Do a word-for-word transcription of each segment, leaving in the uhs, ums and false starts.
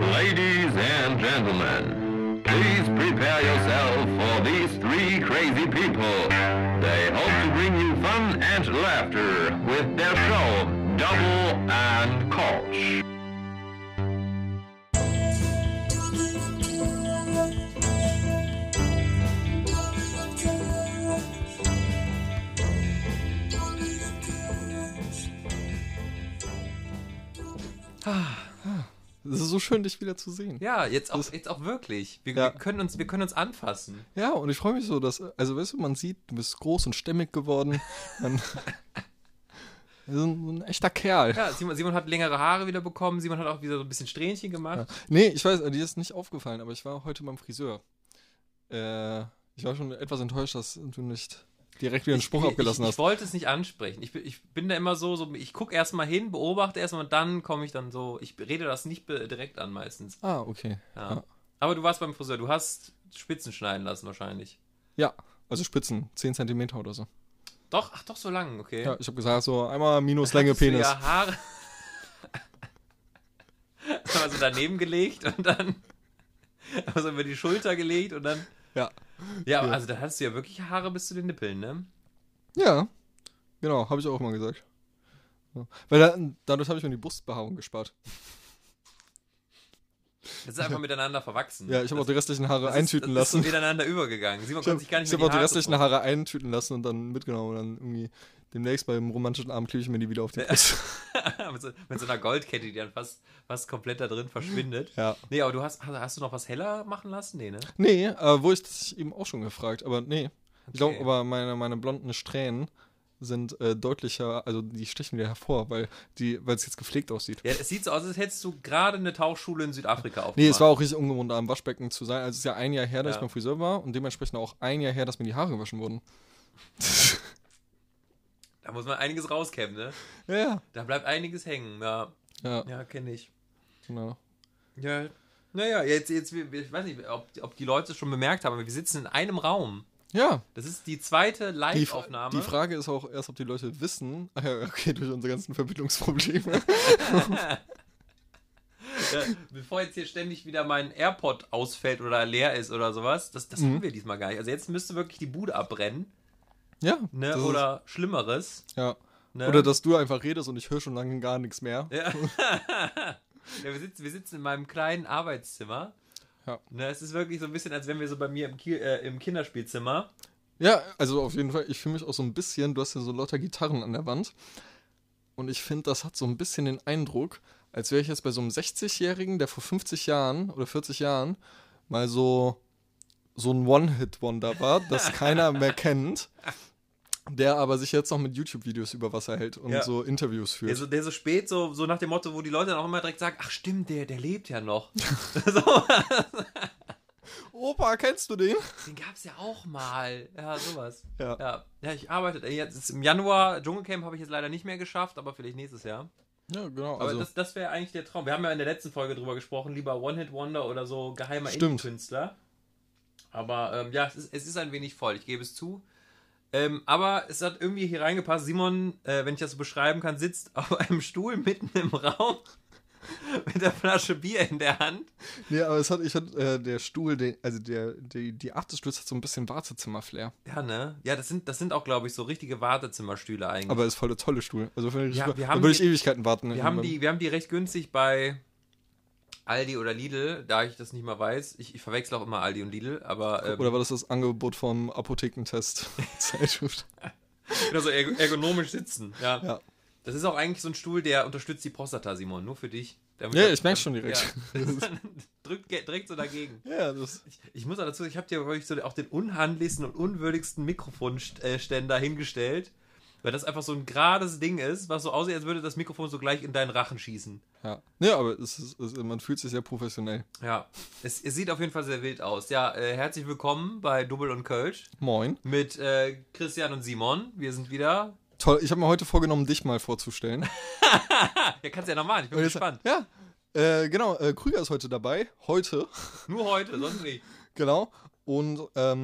Ladies and gentlemen, please prepare yourself for these three crazy people. They hope to bring you fun and laughter with their show, Double and Koch. Es ist so schön, dich wieder zu sehen. Ja, jetzt auch, jetzt auch wirklich. Wir, Ja. wir, können uns, wir können uns anfassen. Ja, und ich freue mich so, dass, also weißt du, man sieht, du bist groß und stämmig geworden. Man, so ein, so ein echter Kerl. Ja, Simon, Simon hat längere Haare wieder bekommen. Simon hat auch wieder so ein bisschen Strähnchen gemacht. Ja. Nee, ich weiß, dir ist nicht aufgefallen, aber ich war heute beim Friseur. Äh, ich war schon etwas enttäuscht, dass du nicht direkt wieder einen Spruch ich, abgelassen ich, hast. Ich wollte es nicht ansprechen. Ich bin, ich bin da immer so, so ich gucke erstmal hin, beobachte erstmal und dann komme ich dann so, ich rede das nicht be- direkt an meistens. Ah, okay. Ja. Ja. Aber du warst beim Friseur, du hast Spitzen schneiden lassen wahrscheinlich. Ja, also Spitzen, zehn Zentimeter oder so. Doch, ach doch, so lang, okay. Ja, ich habe gesagt, so einmal Minuslänge Hattest du Penis. ja Haare. Also daneben gelegt und dann also über die Schulter gelegt und dann. Ja. Ja, Ja. also da hast du ja wirklich Haare bis zu den Nippeln, ne? Ja, genau, habe ich auch mal gesagt. Ja. Weil da, dadurch habe ich mir die Brustbehaarung gespart. Das ist einfach miteinander verwachsen. Ja, ich habe auch die restlichen Haare das eintüten ist, das lassen. ist so miteinander übergegangen. Simon Ich kann habe sich gar nicht hab mehr auch die Haare restlichen zusammen- Haare eintüten lassen und dann mitgenommen. Und dann irgendwie demnächst beim romantischen Abend klebe ich mir die wieder auf die Brust. mit, so, mit so einer Goldkette, die dann fast, fast komplett da drin verschwindet. Ja. Nee, aber du hast, hast, hast du noch was heller machen lassen? Nee, ne? Nee, äh, wo ich das eben auch schon gefragt, aber nee. Ich glaube, Okay. aber meine, meine blonden Strähnen sind äh, deutlicher, also die stechen wieder hervor, weil die, weil es jetzt gepflegt aussieht. Ja, es sieht so aus, als hättest du gerade eine Tauchschule in Südafrika aufgemacht. Nee, es war auch richtig ungewohnt, da am Waschbecken zu sein. Also es ist ja ein Jahr her, dass Ja. ich beim Friseur war und dementsprechend auch ein Jahr her, dass mir die Haare gewaschen wurden. Da muss man einiges rauskämmen, ne? Ja, ja. Da bleibt einiges hängen. Ja, Ja, ja kenne ich. genau. Ja, naja, jetzt, jetzt, ich weiß nicht, ob, ob die Leute es schon bemerkt haben, aber wir sitzen in einem Raum. Ja, Das ist die zweite die, Live-Aufnahme. die Frage ist auch erst, ob die Leute wissen, ach ja, okay, durch unsere ganzen Verbindungsprobleme. Ja, bevor jetzt hier ständig wieder mein AirPod ausfällt oder leer ist oder sowas, das, das Mhm. haben wir diesmal gar nicht. Also jetzt müsste wirklich die Bude abbrennen, Ja, ne? das ist- Oder Schlimmeres. ja. Ne? Oder dass du einfach redest und ich höre schon lange gar nichts mehr. Ja. Ja, wir, sitzen, wir sitzen in meinem kleinen Arbeitszimmer. Ja. Ne, es ist wirklich so ein bisschen, als wären wir so bei mir im, Ki äh, im Kinderspielzimmer. Ja, also auf jeden Fall, ich fühle mich auch so ein bisschen, du hast ja so lauter Gitarren an der Wand und ich finde, das hat so ein bisschen den Eindruck, als wäre ich jetzt bei so einem sechzigjährigen, der vor fünfzig Jahren oder vierzig Jahren mal so, so ein One-Hit-Wonder war, das keiner mehr kennt, der aber sich jetzt noch mit YouTube-Videos über Wasser hält und Ja. so Interviews führt. Der so, der so spät, so, so nach dem Motto, wo die Leute dann auch immer direkt sagen, ach stimmt, der, der lebt ja noch. So, Opa, kennst du den? den gab's ja auch mal. Ja, sowas. Ja. Ja, ja ich arbeite, jetzt ist im Januar, Dschungelcamp habe ich jetzt leider nicht mehr geschafft, aber vielleicht nächstes Jahr. Ja, genau. Aber Also, das, das wäre eigentlich der Traum. Wir haben ja in der letzten Folge drüber gesprochen, lieber One-Hit-Wonder oder so geheimer Stimmt. Indie-Künstler. Aber ähm, ja, es ist, es ist ein wenig voll, ich gebe es zu. Ähm, aber es hat irgendwie hier reingepasst. Simon, äh, wenn ich das so beschreiben kann, sitzt auf einem Stuhl mitten im Raum mit der Flasche Bier in der Hand. nee, aber es hat, ich hatte, äh, der Stuhl, den, also der, die, die Art des Stuhls hat so ein bisschen Wartezimmer-Flair. Ja, ne? Ja, das sind, das sind auch, glaube ich, so richtige Wartezimmerstühle eigentlich. Aber ist voll der tolle Stuhl. Also für Ja, ja, wir da haben würde ich die- Ewigkeiten warten. wir, haben die, wir haben die recht günstig bei Aldi oder Lidl, da ich das nicht mal weiß. Ich, ich verwechsel auch immer Aldi und Lidl, aber ähm, Oder war das das Angebot vom Apothekentest? Zeitschrift. genau so ergo- ergonomisch sitzen. Ja. Ja. Das ist auch eigentlich so ein Stuhl, der unterstützt die Prostata, Simon, nur für dich. Damit Ja, das- ich merk's schon direkt. Ja. Drückt ge- direkt so dagegen. Ja, das. Ich, ich muss auch dazu, ich habe dir wirklich so auch den unhandlichsten und unwürdigsten Mikrofonständer hingestellt, weil das einfach so ein gerades Ding ist, was so aussieht, als würde das Mikrofon so gleich in deinen Rachen schießen. Ja. Ja, aber es ist, es, man fühlt sich sehr professionell. Ja, es, es sieht auf jeden Fall sehr wild aus. Ja, äh, herzlich willkommen bei Double und Kölsch Moin. mit äh, Christian und Simon. Wir sind wieder. Toll, ich habe mir heute vorgenommen, dich mal vorzustellen. Ja, kannst ja noch machen, ich bin Und jetzt- gespannt. Ja. Äh, genau, äh, Krüger ist heute dabei. Heute. Nur heute, sonst nicht. Genau. Und ähm,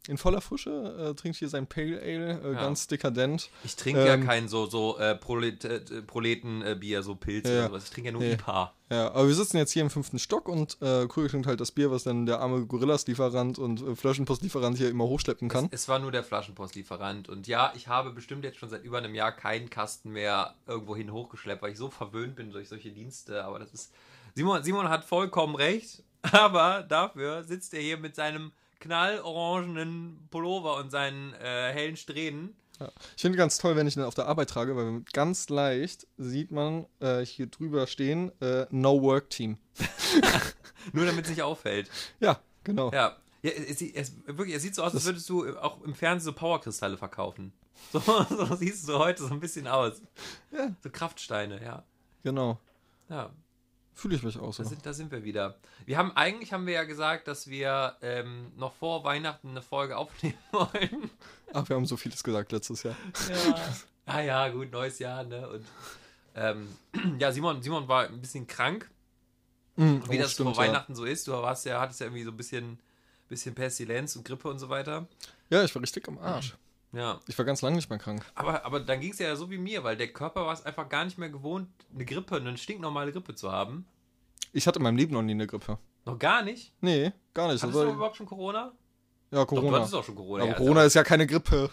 in voller Frische, äh, trinkt hier sein Pale Ale, äh, Ja. ganz dekadent. Ich trinke Ähm, ja kein so, so äh, Prolet, äh, Proletenbier, so Pilze Ja, oder ja. sowas. Ich trinke ja nur Nee. I P A. Ja, aber wir sitzen jetzt hier im fünften Stock und äh, Krüger trinkt halt das Bier, was dann der arme Gorillas-Lieferant und äh, Flaschenpostlieferant hier immer hochschleppen kann. Es, es war nur der Flaschenpostlieferant. Und ja, ich habe bestimmt jetzt schon seit über einem Jahr keinen Kasten mehr irgendwohin hochgeschleppt, weil ich so verwöhnt bin durch solche Dienste. Aber das ist. Simon, Simon hat vollkommen recht, aber dafür sitzt er hier mit seinem knallorangenen Pullover und seinen äh, hellen Strähnen. Ja. Ich finde ganz toll, wenn ich den auf der Arbeit trage, weil ganz leicht sieht man äh, hier drüber stehen, äh, No Work Team. Nur damit es nicht auffällt. Ja, genau. Ja, ja es, es, es, wirklich, es sieht so aus, als würdest du auch im Fernsehen so Powerkristalle verkaufen. So, so siehst du heute so ein bisschen aus. Ja. So Kraftsteine, ja. Genau. Ja, Fühle ich mich auch so. da sind, da sind wir wieder. Wir haben, eigentlich haben wir ja gesagt, dass wir ähm, noch vor Weihnachten eine Folge aufnehmen wollen. Ach, wir haben so vieles gesagt letztes Jahr. Ja. Ah ja, gut, neues Jahr, ne? Und ähm, ja, Simon, Simon war ein bisschen krank, Mhm, wie oh, das stimmt, vor Weihnachten so ist. Du warst ja, hattest ja irgendwie so ein bisschen, bisschen Pestilenz und Grippe und so weiter. Ja. ja, ich war richtig am Arsch. Ja. Ich war ganz lange nicht mehr krank. Aber, aber dann ging es ja so wie mir, weil der Körper war es einfach gar nicht mehr gewohnt, eine Grippe, eine stinknormale Grippe zu haben. Ich hatte in meinem Leben noch nie eine Grippe. Noch gar nicht? Nee, gar nicht. Hattest Das du war- überhaupt schon Corona? ja, Doch, du Corona. hattest auch schon Corona. aber ja, Corona ist ja keine Grippe.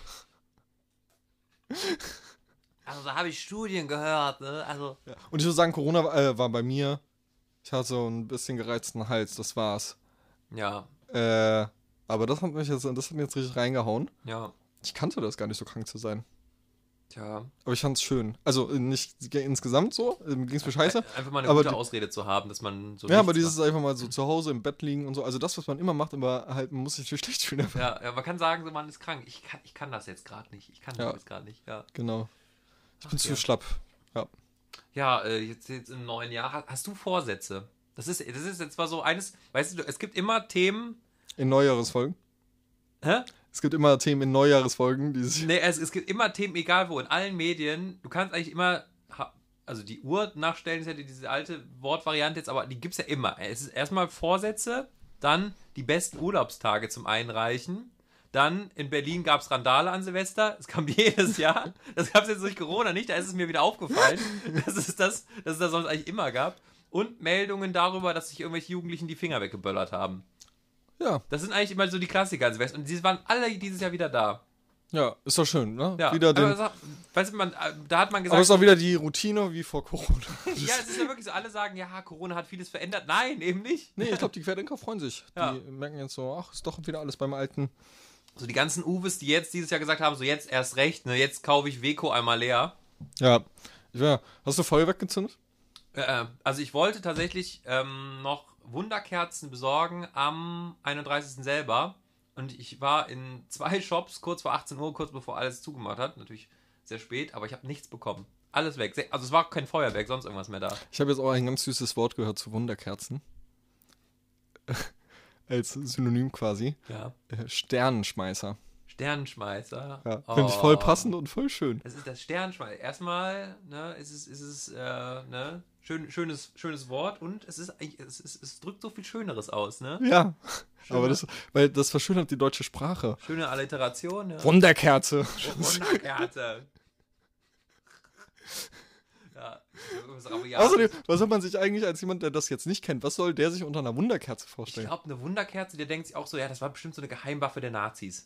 Also da habe ich Studien gehört, ne? Also. Ja. Und ich würde sagen, Corona äh, war bei mir. Ich hatte so ein bisschen gereizten Hals, das war's. Ja, Äh, aber das hat mich jetzt, das hat mir jetzt richtig reingehauen. ja, Ich kannte das gar nicht, so krank zu sein. tja. Aber ich fand's schön. Also äh, nicht g- insgesamt so, äh, ging's mir scheiße. Einfach mal eine Aber gute die- Ausrede zu haben, dass man so. Ja, aber nichts dieses einfach mal so zu Hause im Bett liegen und so. Also das, was man immer macht, aber halt, man muss sich nicht schlecht fühlen. macht. Ja, ja, man kann sagen, so man ist krank. Ich kann, ich kann das jetzt gerade nicht. Ich kann Ja. das jetzt gerade nicht. Ja, Genau. Ich bin Ach, zu ja. schlapp. ja äh, jetzt, jetzt im neuen Jahr. Hast, hast du Vorsätze? Das ist, das ist jetzt mal so eines, weißt du, es gibt immer Themen. In Neujahresfolgen. Hä? Es gibt immer Themen in Neujahresfolgen, die sich. Nee, es, es gibt immer Themen, egal wo, in allen Medien. Du kannst eigentlich immer, ha- also die Uhr nachstellen, ist ja die- diese alte Wortvariante jetzt, aber die gibt es ja immer. Es ist erstmal Vorsätze, dann die besten Urlaubstage zum Einreichen. Dann in Berlin gab es Randale an Silvester. Es kam jedes Jahr. Das gab es jetzt durch Corona nicht, da ist es mir wieder aufgefallen, dass es das, dass es das sonst eigentlich immer gab. Und Meldungen darüber, dass sich irgendwelche Jugendlichen die Finger weggeböllert haben. Ja, Das sind eigentlich immer so die Klassiker an Silvester. Und die waren alle dieses Jahr wieder da. ja, ist doch schön, ne? Ja, Wieder den, aber sag, weißt du, man, da hat man gesagt, aber es ist auch wieder die Routine wie vor Corona. ja, es ist ja wirklich so, alle sagen, ja, Corona hat vieles verändert. Nein, eben nicht. Nee, ich glaube, die Querdenker freuen sich. Ja. Die merken jetzt so, ach, ist doch wieder alles beim Alten. So die ganzen Uwes, die jetzt dieses Jahr gesagt haben, so jetzt erst recht, ne, jetzt kaufe ich Weco einmal leer. Ja. ja. Hast du Feuerwerk gezündet? Äh, also ich wollte tatsächlich ähm, noch Wunderkerzen besorgen am einunddreißigsten selber. Und ich war in zwei Shops kurz vor achtzehn Uhr, kurz bevor alles zugemacht hat. Natürlich sehr spät, aber ich habe nichts bekommen. Alles weg. Se- Also es war kein Feuerwerk, sonst irgendwas mehr da. Ich habe jetzt auch ein ganz süßes Wort gehört zu Wunderkerzen. Als Synonym quasi. Ja. Äh, Sternenschmeißer. Sternenschmeißer. Ja. Finde ich voll Oh. passend und voll schön. Das ist das Sternschwein. Erstmal, ne, ist es, ist es, äh, ne, schön, schönes, schönes Wort und es ist, eigentlich- es ist, es drückt so viel Schöneres aus, ne? Ja. Schöne, Aber das, weil das verschönert die deutsche Sprache. schöne Alliteration, ja. Wunderkerze. Wunderkarte. Ja, irgendwas Rabiates. Außerdem, was soll man sich eigentlich als jemand, der das jetzt nicht kennt, was soll der sich unter einer Wunderkerze Ich vorstellen? glaube, eine Wunderkerze, der denkt sich auch so, ja, das war bestimmt so eine Geheimwaffe der Nazis.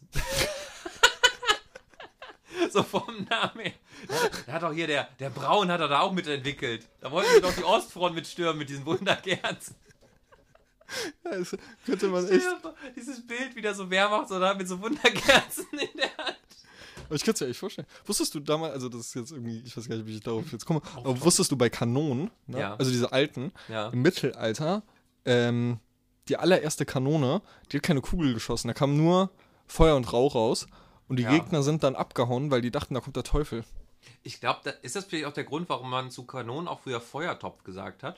So vom Namen her. Der hat doch hier, der, der Braun hat er da auch mitentwickelt. Da wollten wir doch die Ostfront mitstürmen mit diesen Wunderkerzen. Ja, das könnte man echt. Dieses Bild wieder so Wehrmacht oder mit so Wunderkerzen in der Hand. Aber ich kann es dir echt vorstellen. Wusstest du damals, also das ist jetzt irgendwie, ich weiß gar nicht, wie ich darauf jetzt komme, aber wusstest du bei Kanonen, ne? Ja. Also diese alten, Ja. im Mittelalter, ähm, die allererste Kanone, die hat keine Kugel geschossen, da kam nur Feuer und Rauch raus und die Ja. Gegner sind dann abgehauen, weil die dachten, da kommt der Teufel. Ich glaube, da ist das vielleicht auch der Grund, warum man zu Kanonen auch früher Feuertopf gesagt hat.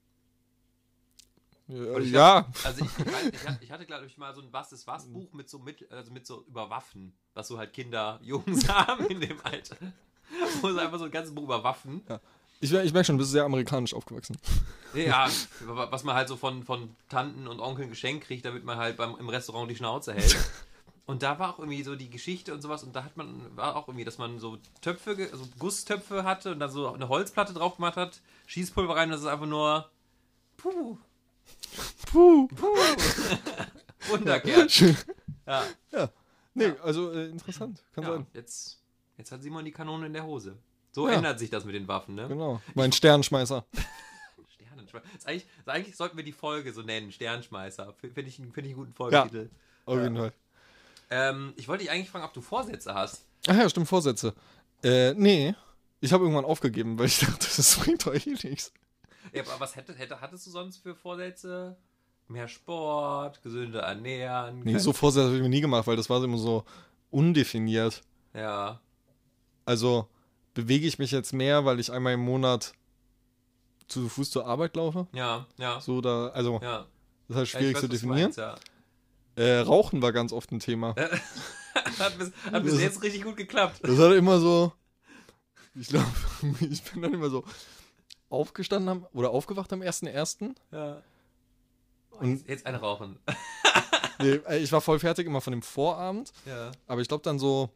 Ja, Und ich ja. Also ich, ich, weiß, ich hatte, ich hatte glaube ich, mal so ein Was ist was Buch mit so mit, also mit so über Waffen, was so halt Kinder, Jungs haben in dem Alter. Wo es einfach so ein ganzes Buch über Waffen. Ich, ich merke schon, du bist sehr amerikanisch aufgewachsen. Ja, was man halt so von, von Tanten und Onkeln geschenkt kriegt, damit man halt beim, im Restaurant die Schnauze hält. und da war auch irgendwie so die Geschichte und sowas. Und da hat man, war auch irgendwie, dass man so Töpfe, ge- also Gusstöpfe hatte und dann so eine Holzplatte drauf gemacht hat, Schießpulver rein, das ist einfach nur puh. Puh. Puh. Wunderkerl. Ja. Ja. Nee, Ja. also äh, interessant. Kann ja, sein. jetzt, jetzt hat Simon die Kanone in der Hose. So Ja. ändert sich das mit den Waffen, ne? Genau. Mein Sternschmeißer. Sternenschmeißer. Ist eigentlich, ist eigentlich sollten wir die Folge so nennen, Sternschmeißer. Finde ich, find ich einen guten Folgetitel. Auf Ja. jeden Fall. Ähm, ich wollte dich eigentlich fragen, ob du Vorsätze hast. Ach ja, stimmt, Vorsätze. Äh, nee. Ich habe irgendwann aufgegeben, weil ich dachte, das bringt euch eh nichts. Ja, aber was hätte, hätte, hattest du sonst für Vorsätze? Mehr Sport, gesünder ernähren? Nee, kein- so Vorsätze habe ich mir nie gemacht, weil das war immer so undefiniert. Ja, Also bewege ich mich jetzt mehr, weil ich einmal im Monat zu Fuß zur Arbeit laufe? ja, ja. So da, also ja. das ist halt Ja, schwierig ich weiß, zu was du definieren. meinst, ja. Äh, Rauchen war ganz oft ein Thema. hat bis, hat bis Das- jetzt richtig gut geklappt. Das hat immer so, ich glaube, ich bin dann immer so aufgestanden am, oder aufgewacht am ersten ersten Ja. Und- Jetzt, jetzt eine rauchen. Nee, äh, ich war voll fertig immer von dem Vorabend, Ja. aber ich glaube dann so,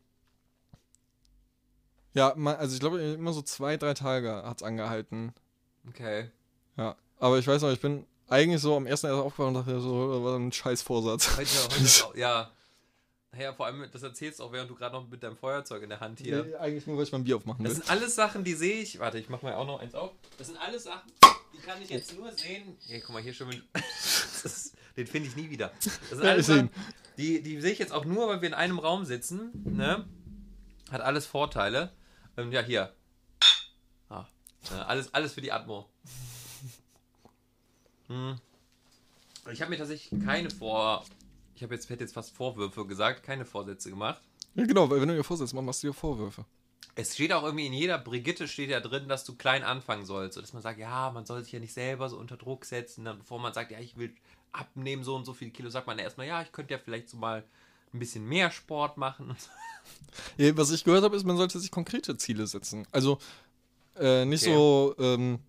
ja, ma- also ich glaube immer so zwei, drei Tage hat es angehalten. Okay. Ja, aber ich weiß noch, ich bin eigentlich so am ersten erst aufgewacht und dachte so, das war ein scheiß Vorsatz. Heute, heute auch, ja. Naja, vor allem, das erzählst du auch, während du gerade noch mit deinem Feuerzeug in der Hand hier. Nee, eigentlich nur, weil ich mein Bier aufmachen Das will. sind alles Sachen, die sehe ich. Warte, ich mach mal auch noch eins auf. Das sind alles Sachen, die kann ich jetzt nur sehen. Hey, guck mal, hier schon mit. Das ist, den finde ich nie wieder. Das sind Ja, alles ich seh ihn. Sachen, die, die sehe ich jetzt auch nur, weil wir in einem Raum sitzen. Ne? Hat alles Vorteile. Ähm, ja, hier. Ah, ja, alles, alles für die Atmo. Hm. Ich habe mir tatsächlich keine Vor. Ich habe jetzt, hätte jetzt fast Vorwürfe gesagt, keine Vorsätze gemacht. Ja, genau, weil wenn du dir Vorsätze machst, machst du dir Vorwürfe. Es steht auch irgendwie in jeder Brigitte steht ja drin, dass du klein anfangen sollst. So, dass man sagt, ja, man soll sich ja nicht selber so unter Druck setzen. Dann, bevor man sagt, ja, ich will abnehmen, so und so viele Kilo, sagt man erstmal, ja, ich könnte ja vielleicht so mal ein bisschen mehr Sport machen. Ja, was ich gehört habe, ist, man sollte sich konkrete Ziele setzen. Also äh, nicht Okay. so, ähm,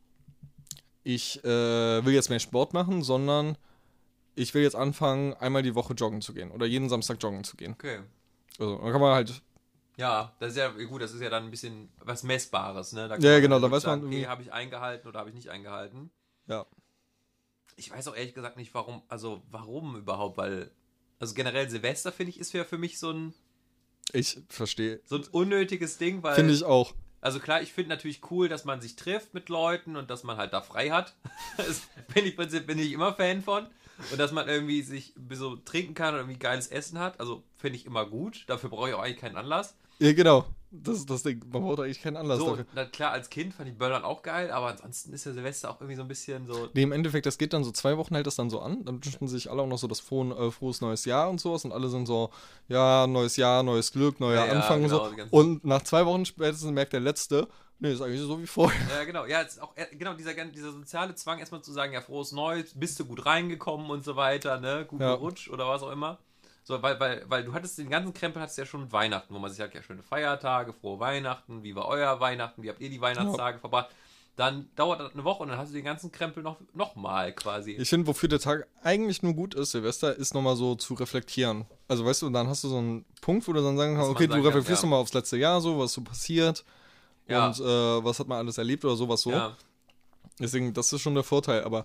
ich äh, will jetzt mehr Sport machen, sondern ich will jetzt anfangen, einmal die Woche joggen zu gehen oder jeden Samstag joggen zu gehen. Okay. Also, dann kann man halt, Ja, das ist ja gut, das ist ja dann ein bisschen was Messbares, ne? Da Ja, man genau, dann da gut weiß man sagen, okay, irgendwie- habe ich eingehalten oder habe ich nicht eingehalten. ja. Ich weiß auch ehrlich gesagt nicht, warum, also warum überhaupt, weil, also generell Silvester, finde ich, ist ja für mich so ein, Ich verstehe. so ein unnötiges Ding, weil... Finde ich auch. Also klar, ich finde natürlich cool, dass man sich trifft mit Leuten und dass man halt da frei hat. Das bin ich, prinzip- bin ich immer Fan von. Und dass man irgendwie sich so trinken kann und irgendwie geiles Essen hat. Also finde ich immer gut. Dafür brauche ich auch eigentlich keinen Anlass. Ja, genau. Das ist das Ding. Man braucht eigentlich keinen Anlass So, dafür. na klar, als Kind fand ich Böllern auch geil, aber ansonsten ist ja Silvester auch irgendwie so ein bisschen so... Nee, im Endeffekt, das geht dann so zwei Wochen, hält das dann so an. Dann wünschen sich alle auch noch so das frohen, äh, frohes neues Jahr und sowas. Und alle sind so, ja, neues Jahr, neues Glück, neuer Ja, ja, Anfang genau, und die so. ganzen- Und nach zwei Wochen spätestens merkt der Letzte, nee, ist eigentlich so wie vorher. Ja, genau. Ja, es ist auch äh, genau dieser, dieser soziale Zwang, erstmal zu sagen, ja, frohes Neues, bist du gut reingekommen und so weiter, ne? Gut Ja. gerutscht oder was auch immer. So, weil, weil, weil du hattest den ganzen Krempel hattest ja schon mit Weihnachten, wo man sich sagt, ja, schöne Feiertage, frohe Weihnachten, wie war euer Weihnachten, wie habt ihr die Weihnachtstage verbracht? Dann dauert das eine Woche und dann hast du den ganzen Krempel noch, noch mal quasi. Ich finde, wofür der Tag eigentlich nur gut ist, Silvester, ist nochmal so zu reflektieren. Also weißt du, dann hast du so einen Punkt, wo du dann sagen Dass kannst, man okay, du sagen kann, reflektierst ja. nochmal aufs letzte Jahr so, was so passiert Ja. und äh, was hat man alles erlebt oder sowas so. Ja, Deswegen, das ist schon der Vorteil, aber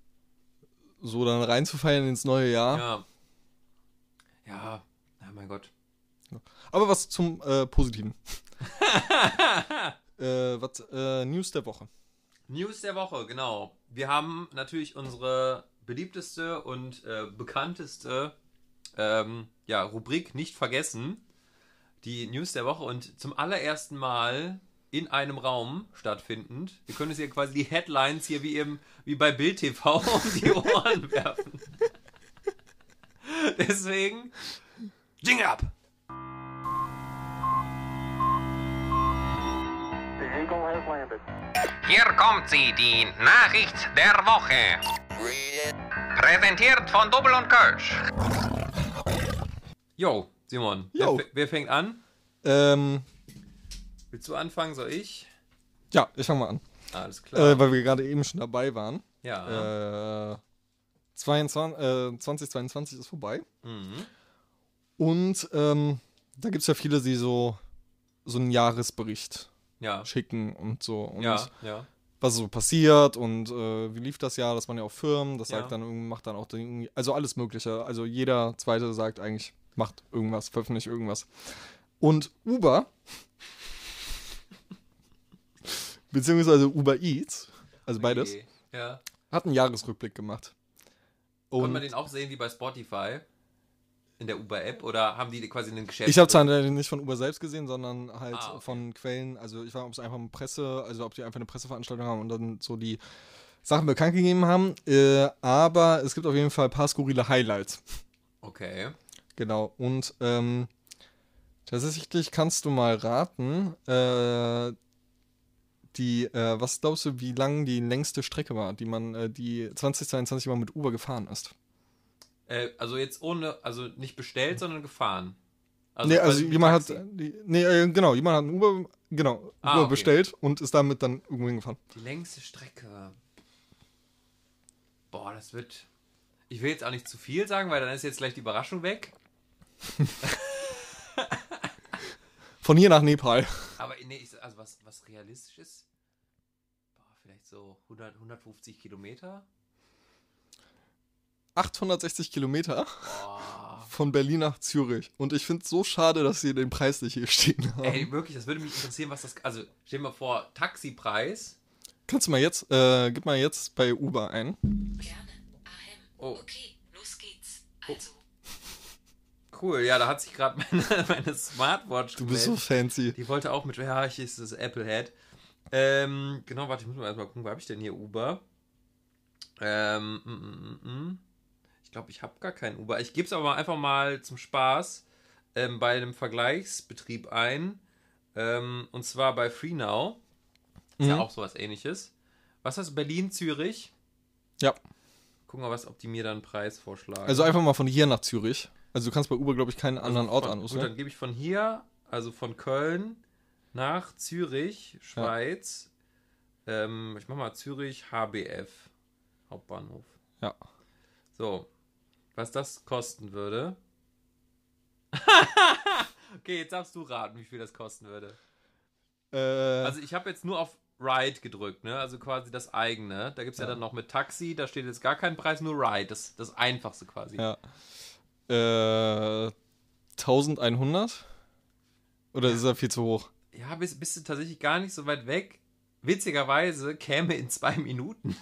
so dann reinzufeiern ins neue Jahr. ja. Ja, ja, mein Gott. Aber was zum äh, Positiven. äh, was, äh, News der Woche. News der Woche, genau. Wir haben natürlich unsere beliebteste und äh, bekannteste ähm, ja, Rubrik nicht vergessen. Die News der Woche und zum allerersten Mal in einem Raum stattfindend. Wir können uns hier quasi die Headlines hier wie, im, wie bei Bild T V um die Ohren werfen. Deswegen, Jingle ab! The Eagle has landed. Hier kommt sie, die Nachricht der Woche. Präsentiert von Double und Kölsch. Jo, Simon, Jo. Wer, wer fängt an? Ähm, Willst du anfangen, soll ich? ja, ich fange mal an. Alles klar. Äh, weil wir gerade eben schon dabei waren. ja. Äh, zweiundzwanzig, äh, zwanzig zweiundzwanzig ist vorbei. Mhm. Und ähm, da gibt es ja viele, die so, so einen Jahresbericht Ja. schicken und so. Und Ja, ja. was so passiert und äh, wie lief das Jahr, das waren ja auch Firmen, das Ja. sagt dann irgendwie, macht dann auch irgendwie, also alles Mögliche. Also jeder Zweite sagt eigentlich, macht irgendwas, veröffentlicht irgendwas. Und Uber, beziehungsweise Uber Eats, also beides, Okay. Ja. hat einen Jahresrückblick gemacht. Kann Und man den auch sehen wie bei Spotify? In der Uber-App? Oder haben die quasi einen Geschäft? ich habe zwar nicht von Uber selbst gesehen, sondern halt Ah, okay. von Quellen, also ich weiß nicht, ob es einfach eine Presse, also ob die einfach eine Presseveranstaltung haben und dann so die Sachen bekannt gegeben haben, äh, aber es gibt auf jeden Fall ein paar skurrile Highlights. Okay. Genau, und ähm, tatsächlich kannst du mal raten, äh, die, äh, was glaubst du, wie lang die längste Strecke war, die man, äh, die zwanzig zweiundzwanzig mal mit Uber gefahren ist? Äh, also jetzt ohne, also nicht bestellt, sondern gefahren. Also nee, quasi also mit jemand Taxi. hat, die, nee, äh, genau, jemand hat einen Uber, genau, Ah, Uber okay. bestellt und ist damit dann irgendwo hingefahren. Die längste Strecke. Boah, das wird. Ich will jetzt auch nicht zu viel sagen, weil dann ist jetzt gleich die Überraschung weg. Von hier nach Nepal. Aber nee, ich, also was, was realistisch ist, boah, vielleicht so hundert, hundertfünfzig Kilometer. achthundertsechzig Kilometer Boah. von Berlin nach Zürich. Und ich finde es so schade, dass sie den Preis nicht hier stehen haben. Ey, wirklich, das würde mich interessieren, was das. Also, stell dir mal vor, Taxipreis. Kannst du mal jetzt, äh, gib mal jetzt bei Uber ein. Gerne. Ahem. Oh. Okay, los geht's. Also, Cool, ja, da hat sich gerade meine, meine Smartwatch Du bist so gemeldet. fancy. Die wollte auch mit, ja, ich ist das Apple-Head. Ähm, genau, warte, ich muss mal erstmal gucken, wo habe ich denn hier Uber? Ähm, mm, mm, mm. Ich glaube, ich habe gar keinen Uber. Ich gebe es aber mal einfach mal zum Spaß ähm, bei einem Vergleichsbetrieb ein. Ähm, und zwar bei FreeNow. Ist ja Mhm. auch sowas ähnliches. Was heißt Berlin, Zürich? Ja. Gucken wir, was, ob die mir dann einen Preis vorschlagen. Also einfach mal von hier nach Zürich. Also du kannst bei Uber, glaube ich, keinen anderen Ort von, an. Gut, dann gebe ich von hier, also von Köln nach Zürich, Schweiz. Ähm, ich mache mal Zürich H B F, Hauptbahnhof. Ja. So, was das kosten würde. Okay, jetzt darfst du raten, wie viel das kosten würde. Äh, Also ich habe jetzt nur auf Ride gedrückt, ne? Also quasi das eigene. Da gibt es ja. ja dann noch mit Taxi, da steht jetzt gar kein Preis, nur Ride, das, das einfachste quasi. ja. Äh, eintausendeinhundert? Oder ist er viel zu hoch? Ja, bist, bist du tatsächlich gar nicht so weit weg. Witzigerweise käme in zwei Minuten.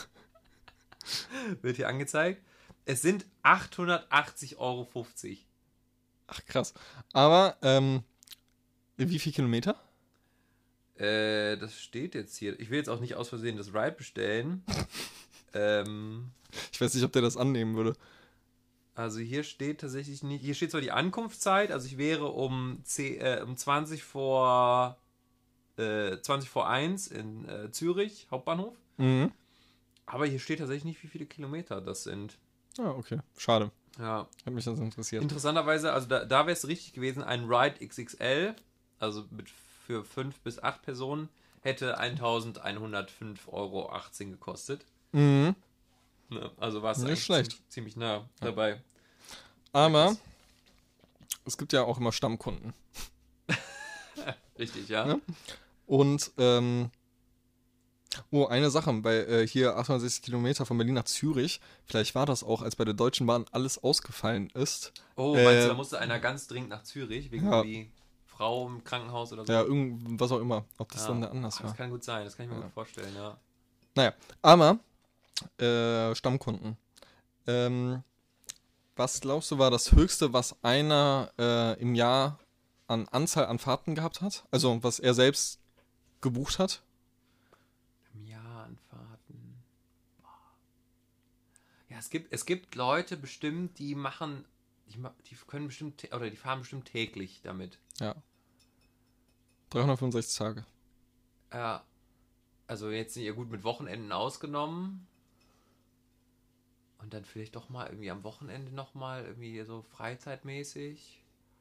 Wird hier angezeigt. Es sind achthundertachtzig Euro fünfzig. Ach, krass. Aber, ähm, wie viel Kilometer? Äh, das steht jetzt hier. Ich will jetzt auch nicht aus Versehen das Ride bestellen. ähm, Ich weiß nicht, ob der das annehmen würde. also hier steht tatsächlich nicht. Hier steht zwar die Ankunftszeit, also ich wäre um, zehn, äh, um zwanzig vor äh, zwanzig vor eins in äh, Zürich, Hauptbahnhof. Mhm. Aber hier steht tatsächlich nicht, wie viele Kilometer das sind. Ah, okay. Schade. Ja. Hat mich das interessiert. Interessanterweise, also da, da wäre es richtig gewesen, ein Ride X X L, also mit, für fünf bis acht Personen, hätte eintausendeinhundertfünf Euro achtzehn gekostet. Mhm. Ne? Also war es Nicht eigentlich schlecht. Ziemlich, ziemlich nah dabei. Aber es gibt ja auch immer Stammkunden. Richtig, ja. Ja. Und, ähm, oh, eine Sache, bei äh, hier achthundertsechzig Kilometer von Berlin nach Zürich, vielleicht war das auch, als bei der Deutschen Bahn alles ausgefallen ist. Oh, meinst Äh, du, da musste einer ganz dringend nach Zürich, wegen ja. irgendwie Frau im Krankenhaus oder so? Ja, irgend, was auch immer, ob das Ja. dann anders Ach, war. das kann gut sein, das kann ich mir Ja. gut vorstellen, ja. Naja, aber äh, Stammkunden. Ähm, was glaubst du, war das Höchste, was einer äh, im Jahr an Anzahl an Fahrten gehabt hat? Also, was er selbst gebucht hat? Im Jahr an Fahrten. Boah. Ja, es gibt, es gibt Leute bestimmt, die machen, die, ma- die können bestimmt, tä- oder die fahren bestimmt täglich damit. Ja. dreihundertfünfundsechzig Tage. Ja. Also jetzt sind ja gut mit Wochenenden ausgenommen. Und dann vielleicht doch mal irgendwie am Wochenende nochmal irgendwie so freizeitmäßig.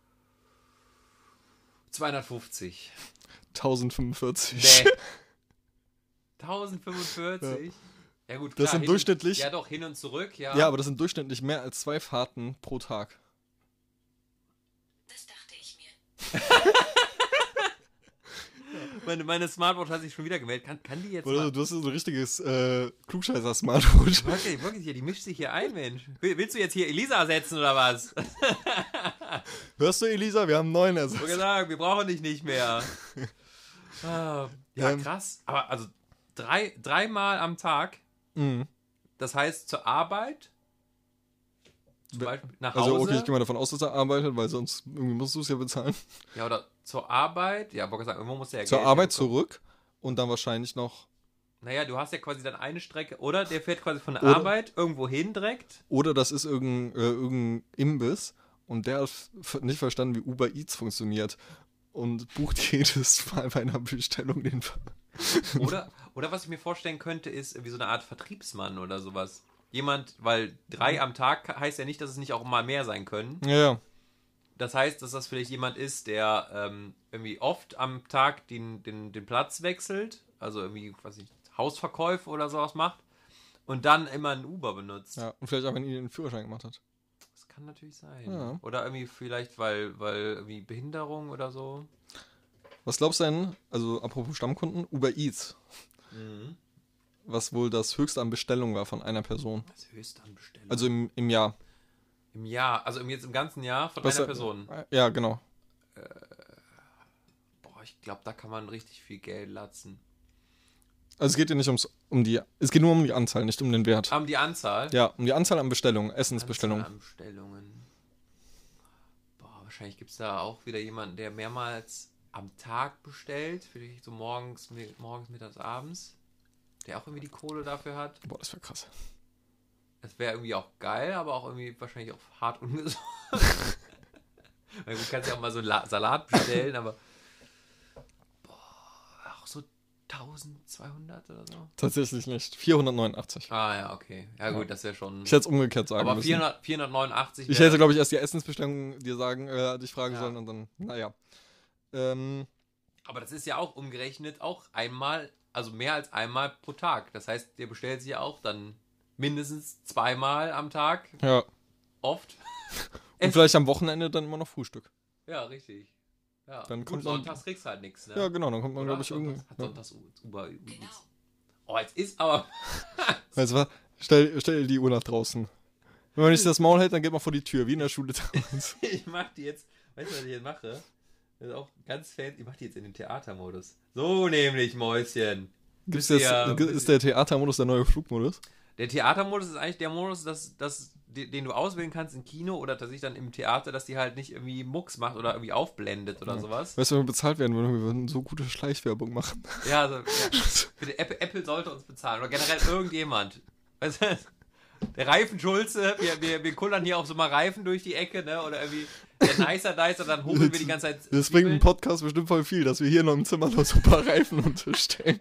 zweihundertfünfzig. tausendfünfundvierzig. Nee. tausendfünfundvierzig? Ja gut, klar. Das sind hin, durchschnittlich- Ja doch, hin und zurück, ja. Ja, aber das sind durchschnittlich mehr als zwei Fahrten pro Tag. Meine, meine Smartwatch hat sich schon wieder gemeldet. Kann, kann die jetzt Oder mal... du hast so ein richtiges äh, Klugscheißer-Smartwatch. Wirklich, wirklich hier, die mischt sich hier ein, Mensch. Will- Willst du jetzt hier Elisa ersetzen oder was? Hörst du, Elisa? Wir haben einen neuen Ich Ersatz. wollte sagen, wir brauchen dich nicht mehr. Ah, ja, Ähm. krass. Aber also drei, dreimal am Tag, Mhm. das heißt zur Arbeit, zum Be- Beispiel nach Hause, Also okay, ich gehe mal davon aus, dass er arbeitet, weil sonst irgendwie musst du es ja bezahlen. ja, oder zur Arbeit, ja, wollte sagen, irgendwo muss der ja Zur Geld Arbeit herbekommen. zurück und dann wahrscheinlich noch... Naja, du hast ja quasi dann eine Strecke, oder der fährt quasi von der Oder- Arbeit irgendwo hin direkt. Oder das ist irgendein, äh, irgendein Imbiss und der hat f- nicht verstanden, wie Uber Eats funktioniert und bucht jedes Mal bei einer Bestellung den Ver- Oder, oder was ich mir vorstellen könnte, ist wie so eine Art Vertriebsmann oder sowas. Jemand, weil drei am Tag heißt ja nicht, dass es nicht auch mal mehr sein können. Ja, ja. Das heißt, dass das vielleicht jemand ist, der ähm, irgendwie oft am Tag den, den, den Platz wechselt, also irgendwie, weiß ich, Hausverkäufe oder sowas macht und dann immer einen Uber benutzt. Ja, und vielleicht auch, wenn ihr den Führerschein gemacht hat. Das kann natürlich sein. Ja. Oder irgendwie vielleicht, weil, weil irgendwie Behinderung oder so. Was glaubst du denn, also apropos Stammkunden, Uber Eats, Mhm. was wohl das höchste an Bestellung war von einer Person? Das höchste an Bestellung. Also im, im Jahr. im Jahr, also im, jetzt im ganzen Jahr von Was einer er- Person. Ja, genau. Boah, ich glaube, da kann man richtig viel Geld latzen. Also es geht ja nicht ums, um die, es geht nur um die Anzahl, nicht um den Wert. Haben die Anzahl? Ja, um die Anzahl an Bestellungen, Essensbestellungen. Anzahl an Bestellungen. Boah, wahrscheinlich gibt es da auch wieder jemanden, der mehrmals am Tag bestellt. Vielleicht so morgens, mi- morgens, mittags, abends. Der auch irgendwie die Kohle dafür hat. Boah, das wäre krass. Das wäre irgendwie auch geil, aber auch irgendwie wahrscheinlich auch hart ungesund. Weil du kannst ja auch mal so einen La- Salat bestellen, aber boah, auch so eintausendzweihundert oder so. Tatsächlich nicht. vierhundertneunundachtzig. Ah ja, okay. Ja gut, das wäre schon... Ich hätte es umgekehrt sagen Aber müssen. vierhundert, vierhundertneunundachtzig Ich wär- hätte, glaube ich, erst die Essensbestellung dir sagen, äh, dich fragen Ja. sollen und dann, naja. Ähm, Aber das ist ja auch umgerechnet auch einmal, also mehr als einmal pro Tag. Das heißt, der bestellt sich ja auch dann mindestens zweimal am Tag, ja. oft. Und vielleicht am Wochenende dann immer noch Frühstück. Ja, richtig. Ja. Dann Gut, kommt man- sonntags kriegst du halt nichts, ne? Ja, genau, dann kommt man, Oder? glaube ich, irgendwie. Sonntags, hat Ja. Sonntags U- Uber Eats. Genau. Oh, jetzt ist aber... Weißt du was? Stell, stell die Uhr nach draußen. Wenn man nicht das Maul hält, dann geht man vor die Tür, wie in der Schule damals. Ich mach die jetzt, weißt du, was ich jetzt mache? Das ist auch ganz fancy. Ich mach die jetzt in den Theatermodus. So nämlich, Mäuschen. Gibt's Bist jetzt, ja- ist der Theatermodus der neue Flugmodus? Der Theatermodus ist eigentlich der Modus, dass, dass, den den du auswählen kannst im Kino oder tatsächlich dann im Theater, dass die halt nicht irgendwie Mucks macht oder irgendwie aufblendet oder sowas. Weißt du, wenn wir bezahlt werden würden, wir würden so gute Schleichwerbung machen. Ja, also, ja. Bitte, Apple, Apple sollte uns bezahlen oder generell irgendjemand. Weißt du, der Reifenschulze, wir, wir, wir kullern hier auch so mal Reifen durch die Ecke, ne? Oder irgendwie der Nicer Dicer, dann hobeln wir die ganze Zeit. Das bringt Zwiebeln. im Podcast bestimmt voll viel, dass wir hier noch im Zimmer noch so ein paar Reifen unterstellen.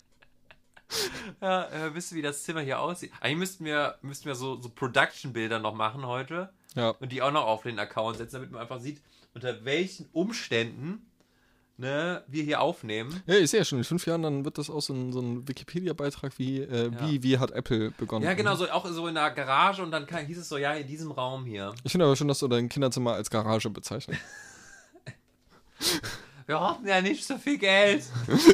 Ja, äh, wisst ihr, wie das Zimmer hier aussieht? Eigentlich müssten wir, müssten wir so, so Production-Bilder noch machen heute Ja. und die auch noch auf den Account setzen, damit man einfach sieht, unter welchen Umständen ne, wir hier aufnehmen. Ja, ich sehe ja schon, in fünf Jahren dann wird das auch so ein, so ein Wikipedia-Beitrag wie, äh, Ja. wie, wie hat Apple begonnen. Ja, genau, so, auch so in der Garage und dann kann, hieß es so, ja, in diesem Raum hier. Ich finde aber schon, dass du dein Kinderzimmer als Garage bezeichnest. Wir hatten ja nicht so viel Geld.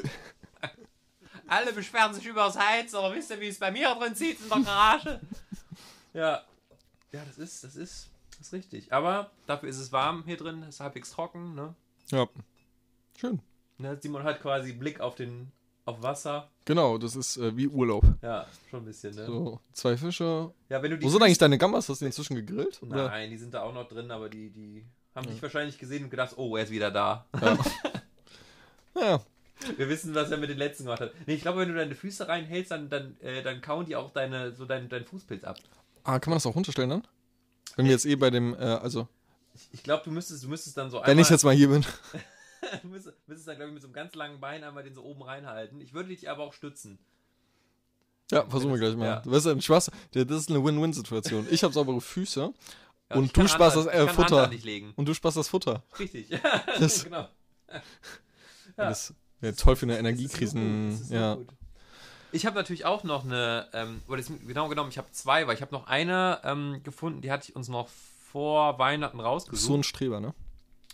Alle beschweren sich über das Heiz, aber wisst ihr, wie es bei mir drin zieht in der Garage? Ja. Ja, das ist, das ist, das ist richtig. Aber dafür ist es warm hier drin, ist halbwegs trocken, ne? Ja. Schön. ne? Simon hat quasi Blick auf den, auf Wasser. Genau, das ist äh, wie Urlaub. Ja, schon ein bisschen, ne? So, zwei Fische. Ja, wenn du die Wo sind eigentlich deine Gambas? Hast du die inzwischen gegrillt? Oder? Nein, die sind da auch noch drin, aber die, die haben dich wahrscheinlich gesehen und gedacht, oh, er ist wieder da. Ja. Wir wissen, was er mit den letzten gemacht hat. Nee, ich glaube, wenn du deine Füße reinhältst, dann, dann, äh, dann kauen die auch deine, so dein, dein Fußpilz ab. Ah, kann man das auch runterstellen dann? Wenn wir jetzt eh bei dem, äh, also, Ich glaube, du müsstest, du müsstest dann so wenn ich jetzt mal hier bin. du müsstest, müsstest dann, glaube ich, mit so einem ganz langen Bein einmal den so oben reinhalten. Ich würde dich aber auch stützen. Ja, versuchen wir gleich mal. Ja. Du weißt ja, ein Spaß, das ist eine Win-Win-Situation. Ich habe saubere Füße Ja, ich und kann du sparst das Hand- äh, ich kann Hand Futter. an dich legen. Und du sparst das Futter. Richtig. Das- genau. Das wäre toll für eine Das ist Energiekrisen. so gut, das ist so Ja. gut. Ich habe natürlich auch noch eine, ähm, oder das, genau genommen, ich habe zwei, weil ich habe noch eine ähm, gefunden, die hatte ich uns noch vor Weihnachten Du bist rausgesucht. so ein Streber, ne?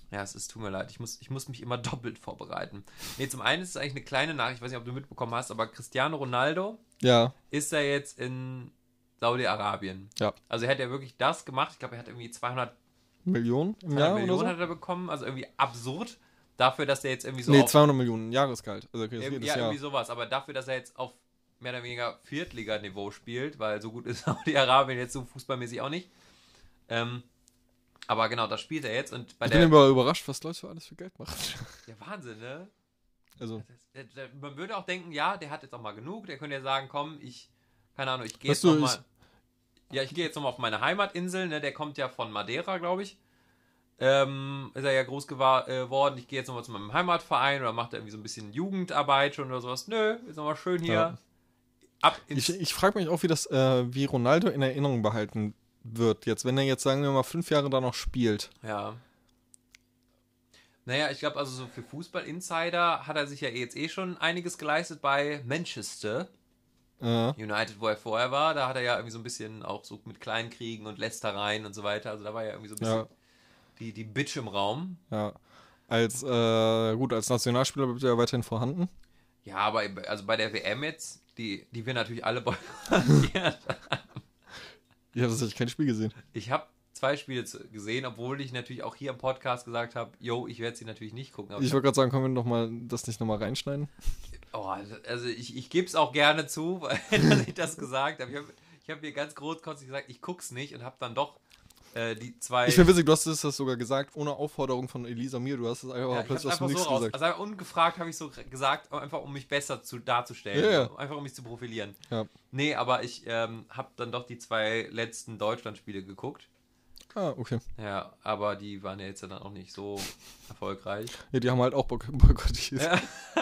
Ja, es ist, tut mir leid. Ich muss, ich muss mich immer doppelt vorbereiten. Nee, zum einen ist es eigentlich eine kleine Nachricht, ich weiß nicht, ob du mitbekommen hast, aber Cristiano Ronaldo Ja, ist ja jetzt in Saudi-Arabien. ja. Also er hat ja wirklich das gemacht. Ich glaube, er hat irgendwie zweihundert Millionen im zweihundert Jahr Millionen oder hat er bekommen. Also irgendwie absurd. Dafür, dass er jetzt irgendwie so so? Nee, auf... zweihundert Millionen Jahresgehalt. Also okay, das Ja, jedes ja, Jahr. irgendwie sowas. Aber dafür, dass er jetzt auf mehr oder weniger Viertliganiveau spielt, weil so gut ist Saudi-Arabien jetzt so fußballmäßig auch nicht. Ähm, aber genau, das spielt er jetzt. Und bei Ich der... bin aber überrascht, was Leute für alles für Geld machen. Ja, Wahnsinn, ne? Also, Das, das, man würde auch denken, ja, der hat jetzt auch mal genug. Der könnte ja sagen, komm, ich... Keine Ahnung, ich gehe Weißt jetzt du, nochmal... Ja, ich gehe jetzt nochmal auf meine Heimatinsel, ne? Der kommt ja von Madeira, glaube ich. Ähm, ist er ja groß geworden. Ich gehe jetzt nochmal zu meinem Heimatverein oder macht er irgendwie so ein bisschen Jugendarbeit schon oder sowas. Nö, ist nochmal schön hier. Ja. Ab ins... ich, ich frage mich auch, wie das, äh, wie Ronaldo in Erinnerung behalten wird. Jetzt, wenn er jetzt, sagen wir mal, fünf Jahre da noch spielt. Ja. Naja, ich glaube, also so für Fußball-Insider hat er sich ja jetzt eh schon einiges geleistet bei Manchester Äh, United, wo er vorher war. Da hat er ja irgendwie so ein bisschen auch so mit Kleinkriegen und Lästereien und so weiter. Also da war ja irgendwie so ein bisschen ja, die, die Bitch im Raum. ja. Als, äh, gut, als Nationalspieler bleibt er ja weiterhin vorhanden. Ja, aber also bei der W M jetzt, die, die wir natürlich alle boykottiert. Ich habe tatsächlich kein Spiel gesehen. Ich habe zwei Spiele zu- gesehen, obwohl ich natürlich auch hier im Podcast gesagt habe, yo, ich werde sie natürlich nicht gucken. Aber Ich wollte gerade sagen, können wir noch mal, das nicht nochmal reinschneiden? Oh, also ich, ich gebe es auch gerne zu, weil dass ich das gesagt habe. Ich habe ich hab mir ganz großkotzig gesagt, ich guck's nicht und habe dann doch äh, die zwei... Ich finde witzig, du hast das sogar gesagt, ohne Aufforderung von Elisa Mir. Du hast es einfach ja, ich hab's plötzlich aus dem einfach so Nichts raus. gesagt. Also ungefragt habe ich so gesagt, einfach um mich besser zu, darzustellen. Ja, ja. Einfach um mich zu profilieren. Ja. Nee, aber ich ähm, habe dann doch die zwei letzten Deutschlandspiele geguckt. Ah, okay. Ja, aber die waren ja jetzt dann auch nicht so erfolgreich. Ja, die haben halt auch boyk- boykottiert. Ja.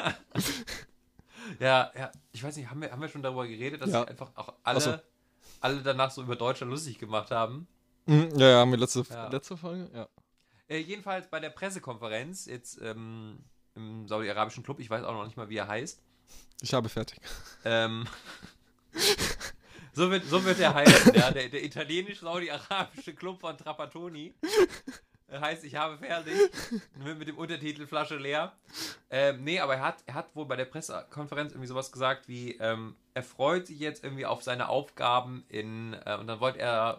Ja, ja, ich weiß nicht, haben wir, haben wir schon darüber geredet, dass Ja. sich einfach auch alle, Ach so. alle danach so über Deutschland lustig gemacht haben? Mhm, ja, ja, haben wir letzte, Ja. letzte Folge? Ja. Äh, jedenfalls bei der Pressekonferenz, jetzt ähm, im saudi-arabischen Club, ich weiß auch noch nicht mal, wie er heißt. Ich habe fertig. Ähm, so, wird, so wird er heißen, ja, der, der italienisch-saudi-arabische Club von Trapattoni. Er heißt, ich habe fertig, mit, mit dem Untertitel Flasche leer. Ähm, nee, aber er hat, er hat wohl bei der Pressekonferenz irgendwie sowas gesagt wie, ähm, er freut sich jetzt irgendwie auf seine Aufgaben in, äh, und dann wollte er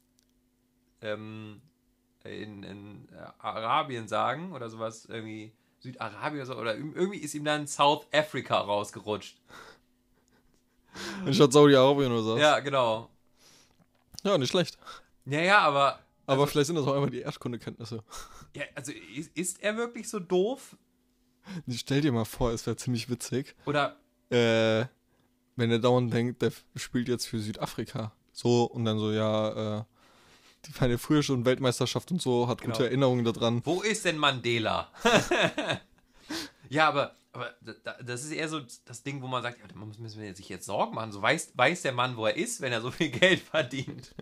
ähm, in, in äh, Arabien sagen oder sowas, irgendwie Südarabien oder so, oder irgendwie ist ihm dann South Africa rausgerutscht. Anstatt Saudi-Arabien oder so. Ja, genau. Ja, nicht schlecht. Ja, ja, aber, Aber vielleicht sind das auch einfach die Erdkundekenntnisse. ja, also ist, ist er wirklich so doof? Stell dir mal vor, es wäre ziemlich witzig, Oder, äh, wenn er dauernd denkt, der spielt jetzt für Südafrika. So, und dann so, ja, äh, die feiern früher schon Weltmeisterschaft und so, hat Genau. gute Erinnerungen daran. wo ist denn Mandela? Ja, aber, aber da- das ist eher so das Ding, wo man sagt, ja, da muss- müssen wir sich jetzt Sorgen machen. So weiß, weiß der Mann, wo er ist, wenn er so viel Geld verdient.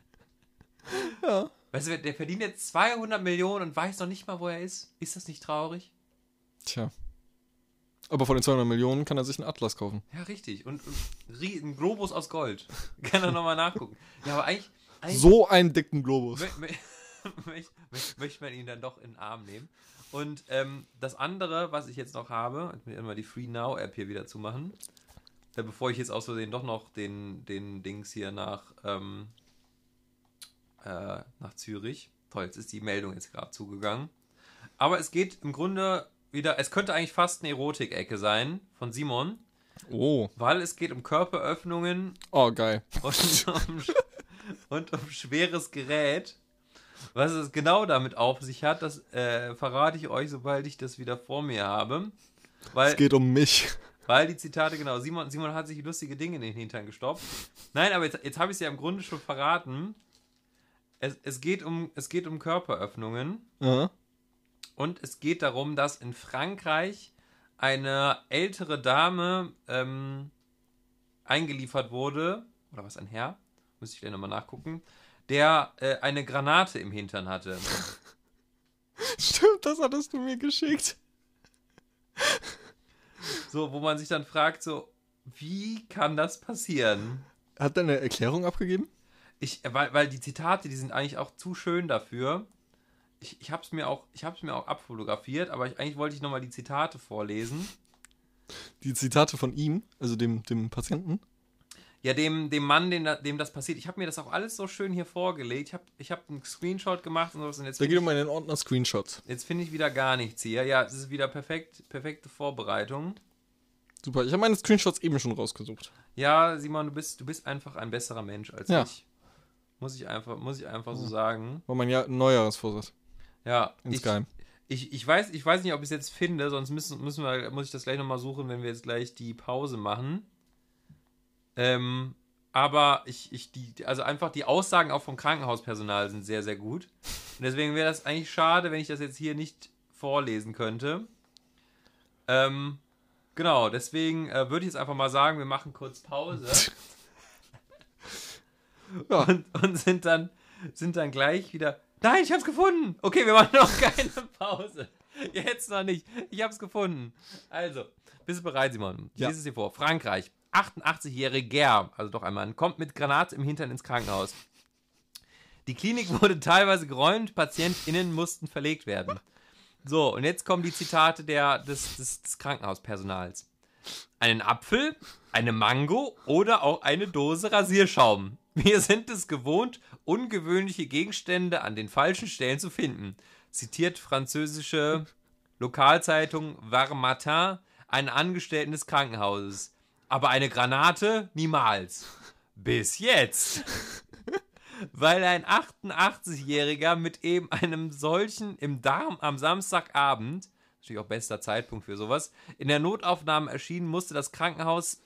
Ja. Weißt du, der verdient jetzt zweihundert Millionen und weiß noch nicht mal, wo er ist. Ist das nicht traurig? Tja. Aber von den zweihundert Millionen kann er sich einen Atlas kaufen. Ja, richtig. Und, und rie- ein Globus aus Gold. Kann er nochmal nachgucken. Ja, aber eigentlich, eigentlich So einen dicken Globus. mö- mö- möcht- möcht- möchte man ihn dann doch in den Arm nehmen. Und ähm, das andere, was ich jetzt noch habe, ich will mal die Free Now App hier wieder zumachen, äh, bevor ich jetzt aus Versehen doch noch den, den Dings hier nach, ähm, äh, nach Zürich. Toll, jetzt ist die Meldung jetzt gerade zugegangen. Aber es geht im Grunde wieder, es könnte eigentlich fast eine Erotik-Ecke sein von Simon, Oh. weil es geht um Körperöffnungen Oh, geil. und um, und um schweres Gerät. Was es genau damit auf sich hat, das äh, verrate ich euch, sobald ich das wieder vor mir habe. Weil, Es geht um mich. weil die Zitate, genau, Simon, Simon hat sich lustige Dinge in den Hintern gestopft. Nein, aber jetzt, jetzt habe ich es ja im Grunde schon verraten. Es, es, geht um, es geht um Körperöffnungen Ja. und es geht darum, dass in Frankreich eine ältere Dame ähm, eingeliefert wurde, oder was, ein Herr, müsste ich gleich nochmal nachgucken, der äh, eine Granate im Hintern hatte. Stimmt, das hattest du mir geschickt. So, wo man sich dann fragt, so, wie kann das passieren? Hat er eine Erklärung abgegeben? Ich, weil, weil die Zitate, die sind eigentlich auch zu schön dafür. ich, ich habe es mir auch, ich hab's mir auch abfotografiert, aber ich, eigentlich wollte ich nochmal die Zitate vorlesen. Die Zitate von ihm, also dem, dem Patienten. Ja, dem, dem Mann, dem, dem das passiert. Ich habe mir das auch alles so schön hier vorgelegt. Ich habe ich hab einen Screenshot gemacht und sowas. Und jetzt Da find geht ich- um einen Ordner Screenshots. Jetzt finde ich wieder gar nichts hier. Ja, es ist wieder perfekt, perfekte Vorbereitung. Super, ich habe meine Screenshots eben schon rausgesucht. Ja, Simon, du bist, du bist einfach ein besserer Mensch als Ja. ich. Muss ich einfach, muss ich einfach so sagen. War mein Jahr Neujahresvorsatz. Ja, ich, Insgeheim. ich, ich, weiß, ich weiß nicht, ob ich es jetzt finde, sonst müssen, müssen wir, muss ich das gleich nochmal suchen, wenn wir jetzt gleich die Pause machen. Ähm, aber ich, ich, die, also einfach die Aussagen auch vom Krankenhauspersonal sind sehr, sehr gut. Und deswegen wäre das eigentlich schade, wenn ich das jetzt hier nicht vorlesen könnte. Ähm, genau, deswegen äh, würde ich jetzt einfach mal sagen, wir machen kurz Pause. Ja. und, und sind dann sind dann gleich wieder. Nein, ich hab's gefunden. Okay, wir machen noch keine Pause. Jetzt noch nicht. Ich hab's gefunden. Also, bist du bereit, Simon? Ja. Lies es dir vor. Frankreich. achtundachtzig-jähriger, also doch ein Mann, kommt mit Granate im Hintern ins Krankenhaus. Die Klinik wurde teilweise geräumt, PatientInnen mussten verlegt werden. So, und jetzt kommen die Zitate der, des, des, des Krankenhauspersonals. Einen Apfel, eine Mango oder auch eine Dose Rasierschaum. Wir sind es gewohnt, ungewöhnliche Gegenstände an den falschen Stellen zu finden. Zitiert französische Lokalzeitung Var Matin, einen Angestellten des Krankenhauses. Aber eine Granate? Niemals. Bis jetzt. Weil ein achtundachtzig-Jähriger mit eben einem solchen im Darm am Samstagabend, natürlich auch bester Zeitpunkt für sowas, in der Notaufnahme erschienen, musste das Krankenhaus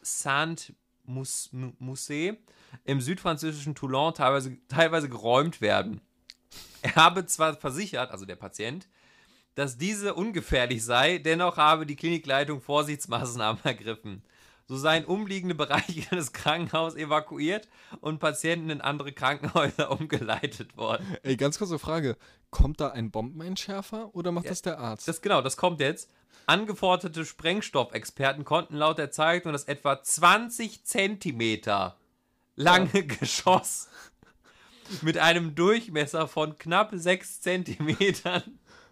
Saint-Musset im südfranzösischen Toulon teilweise, teilweise geräumt werden. Er habe zwar versichert, also der Patient, dass diese ungefährlich sei, dennoch habe die Klinikleitung Vorsichtsmaßnahmen ergriffen. So seien umliegende Bereiche des Krankenhauses evakuiert und Patienten in andere Krankenhäuser umgeleitet worden. Ey, ganz kurze Frage. Kommt da ein Bombenentschärfer oder macht Ja, das der Arzt? Das genau, das kommt jetzt. Angeforderte Sprengstoffexperten konnten laut der Zeitung das etwa zwanzig Zentimeter lange Geschoss mit einem Durchmesser von knapp sechs Zentimetern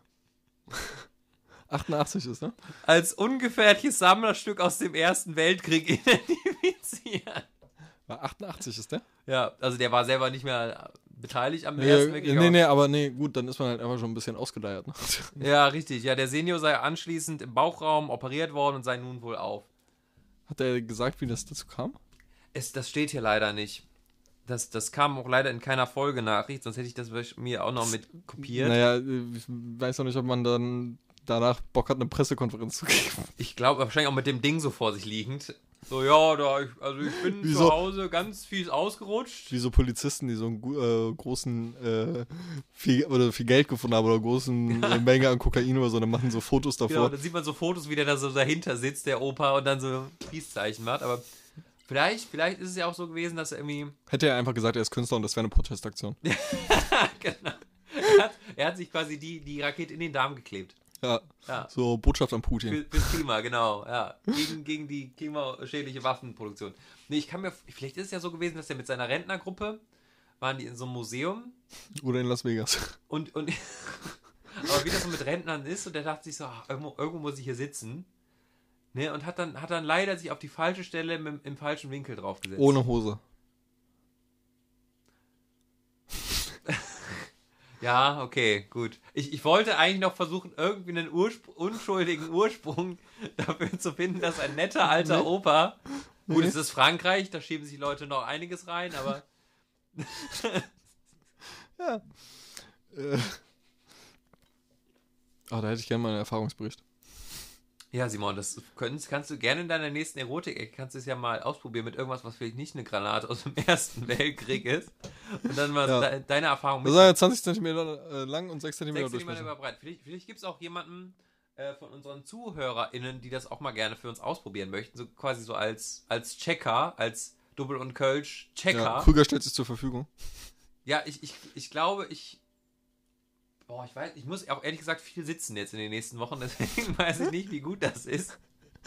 achtundachtzig ist, ne? als ungefährliches Sammlerstück aus dem Ersten Weltkrieg identifizieren. War achtundachtzig ist der? Ja, also der war selber nicht mehr beteiligt am Nee, Ersten Weltkrieg. nee, aber- nee, aber nee, gut, dann ist man halt einfach schon ein bisschen ausgeleiert. Ne? Ja, richtig. Ja, der Senior sei anschließend im Bauchraum operiert worden und sei nun wohl auf. Hat er gesagt, wie das dazu kam? Es, das steht hier leider nicht. Das, das kam auch leider in keiner Folgenachricht, sonst hätte ich das mir auch noch mit kopiert. Naja, ich weiß noch nicht, ob man dann danach Bock hat, eine Pressekonferenz zu geben. Ich glaube, wahrscheinlich auch mit dem Ding so vor sich liegend. So, ja, da, ich, also ich bin Wieso? zu Hause ganz fies ausgerutscht. Wie so Polizisten, die so einen gu- äh, großen, äh, viel, oder viel Geld gefunden haben oder großen äh, Menge an Kokain oder so, dann machen so Fotos Genau, davor. dann sieht man so Fotos, wie der da so dahinter sitzt, der Opa, und dann so Peace-Zeichen macht. Aber vielleicht, vielleicht ist es ja auch so gewesen, dass er irgendwie... Hätte er einfach gesagt, er ist Künstler und das wäre eine Protestaktion. genau. Er hat, er hat sich quasi die, die Rakete in den Darm geklebt. Ja, Ja. so Botschaft an Putin. Für, fürs Klima, genau, ja. Gegen, gegen die klimaschädliche Waffenproduktion. Nee, ich kann mir, vielleicht ist es ja so gewesen, dass er mit seiner Rentnergruppe, waren die in so einem Museum Oder in Las Vegas. und, und aber wie das so mit Rentnern ist, und der dachte sich so, ach, irgendwo, irgendwo muss ich hier sitzen. Ne, und hat dann, hat dann leider sich auf die falsche Stelle im, im falschen Winkel draufgesetzt. Ohne Hose. Ja, okay, gut. Ich, ich wollte eigentlich noch versuchen, irgendwie einen Urspr- unschuldigen Ursprung dafür zu finden, dass ein netter alter Nee. Opa, gut, Nee. es ist Frankreich, da schieben sich Leute noch einiges rein, aber Ja. Äh. Ah, da hätte ich gerne mal einen Erfahrungsbericht. ja, Simon, das kannst, kannst du gerne in deiner nächsten Erotik, kannst du es ja mal ausprobieren mit irgendwas, was vielleicht nicht eine Granate aus dem Ersten Weltkrieg ist und dann mal Ja. de, deine Erfahrung Das ist ja zwanzig Zentimeter äh, lang und sechs Zentimeter sechs Zentimeter Durchmesser. überbreit. Vielleicht, vielleicht gibt es auch jemanden äh, von unseren ZuhörerInnen, die das auch mal gerne für uns ausprobieren möchten. So quasi so als, als Checker, als Double- und Kölsch-Checker. Ja, Ja, Krüger stellt sich zur Verfügung. ich, ich, ich glaube, ich. Boah, ich weiß, ich muss auch ehrlich gesagt viel sitzen jetzt in den nächsten Wochen, deswegen weiß ich nicht, wie gut das ist.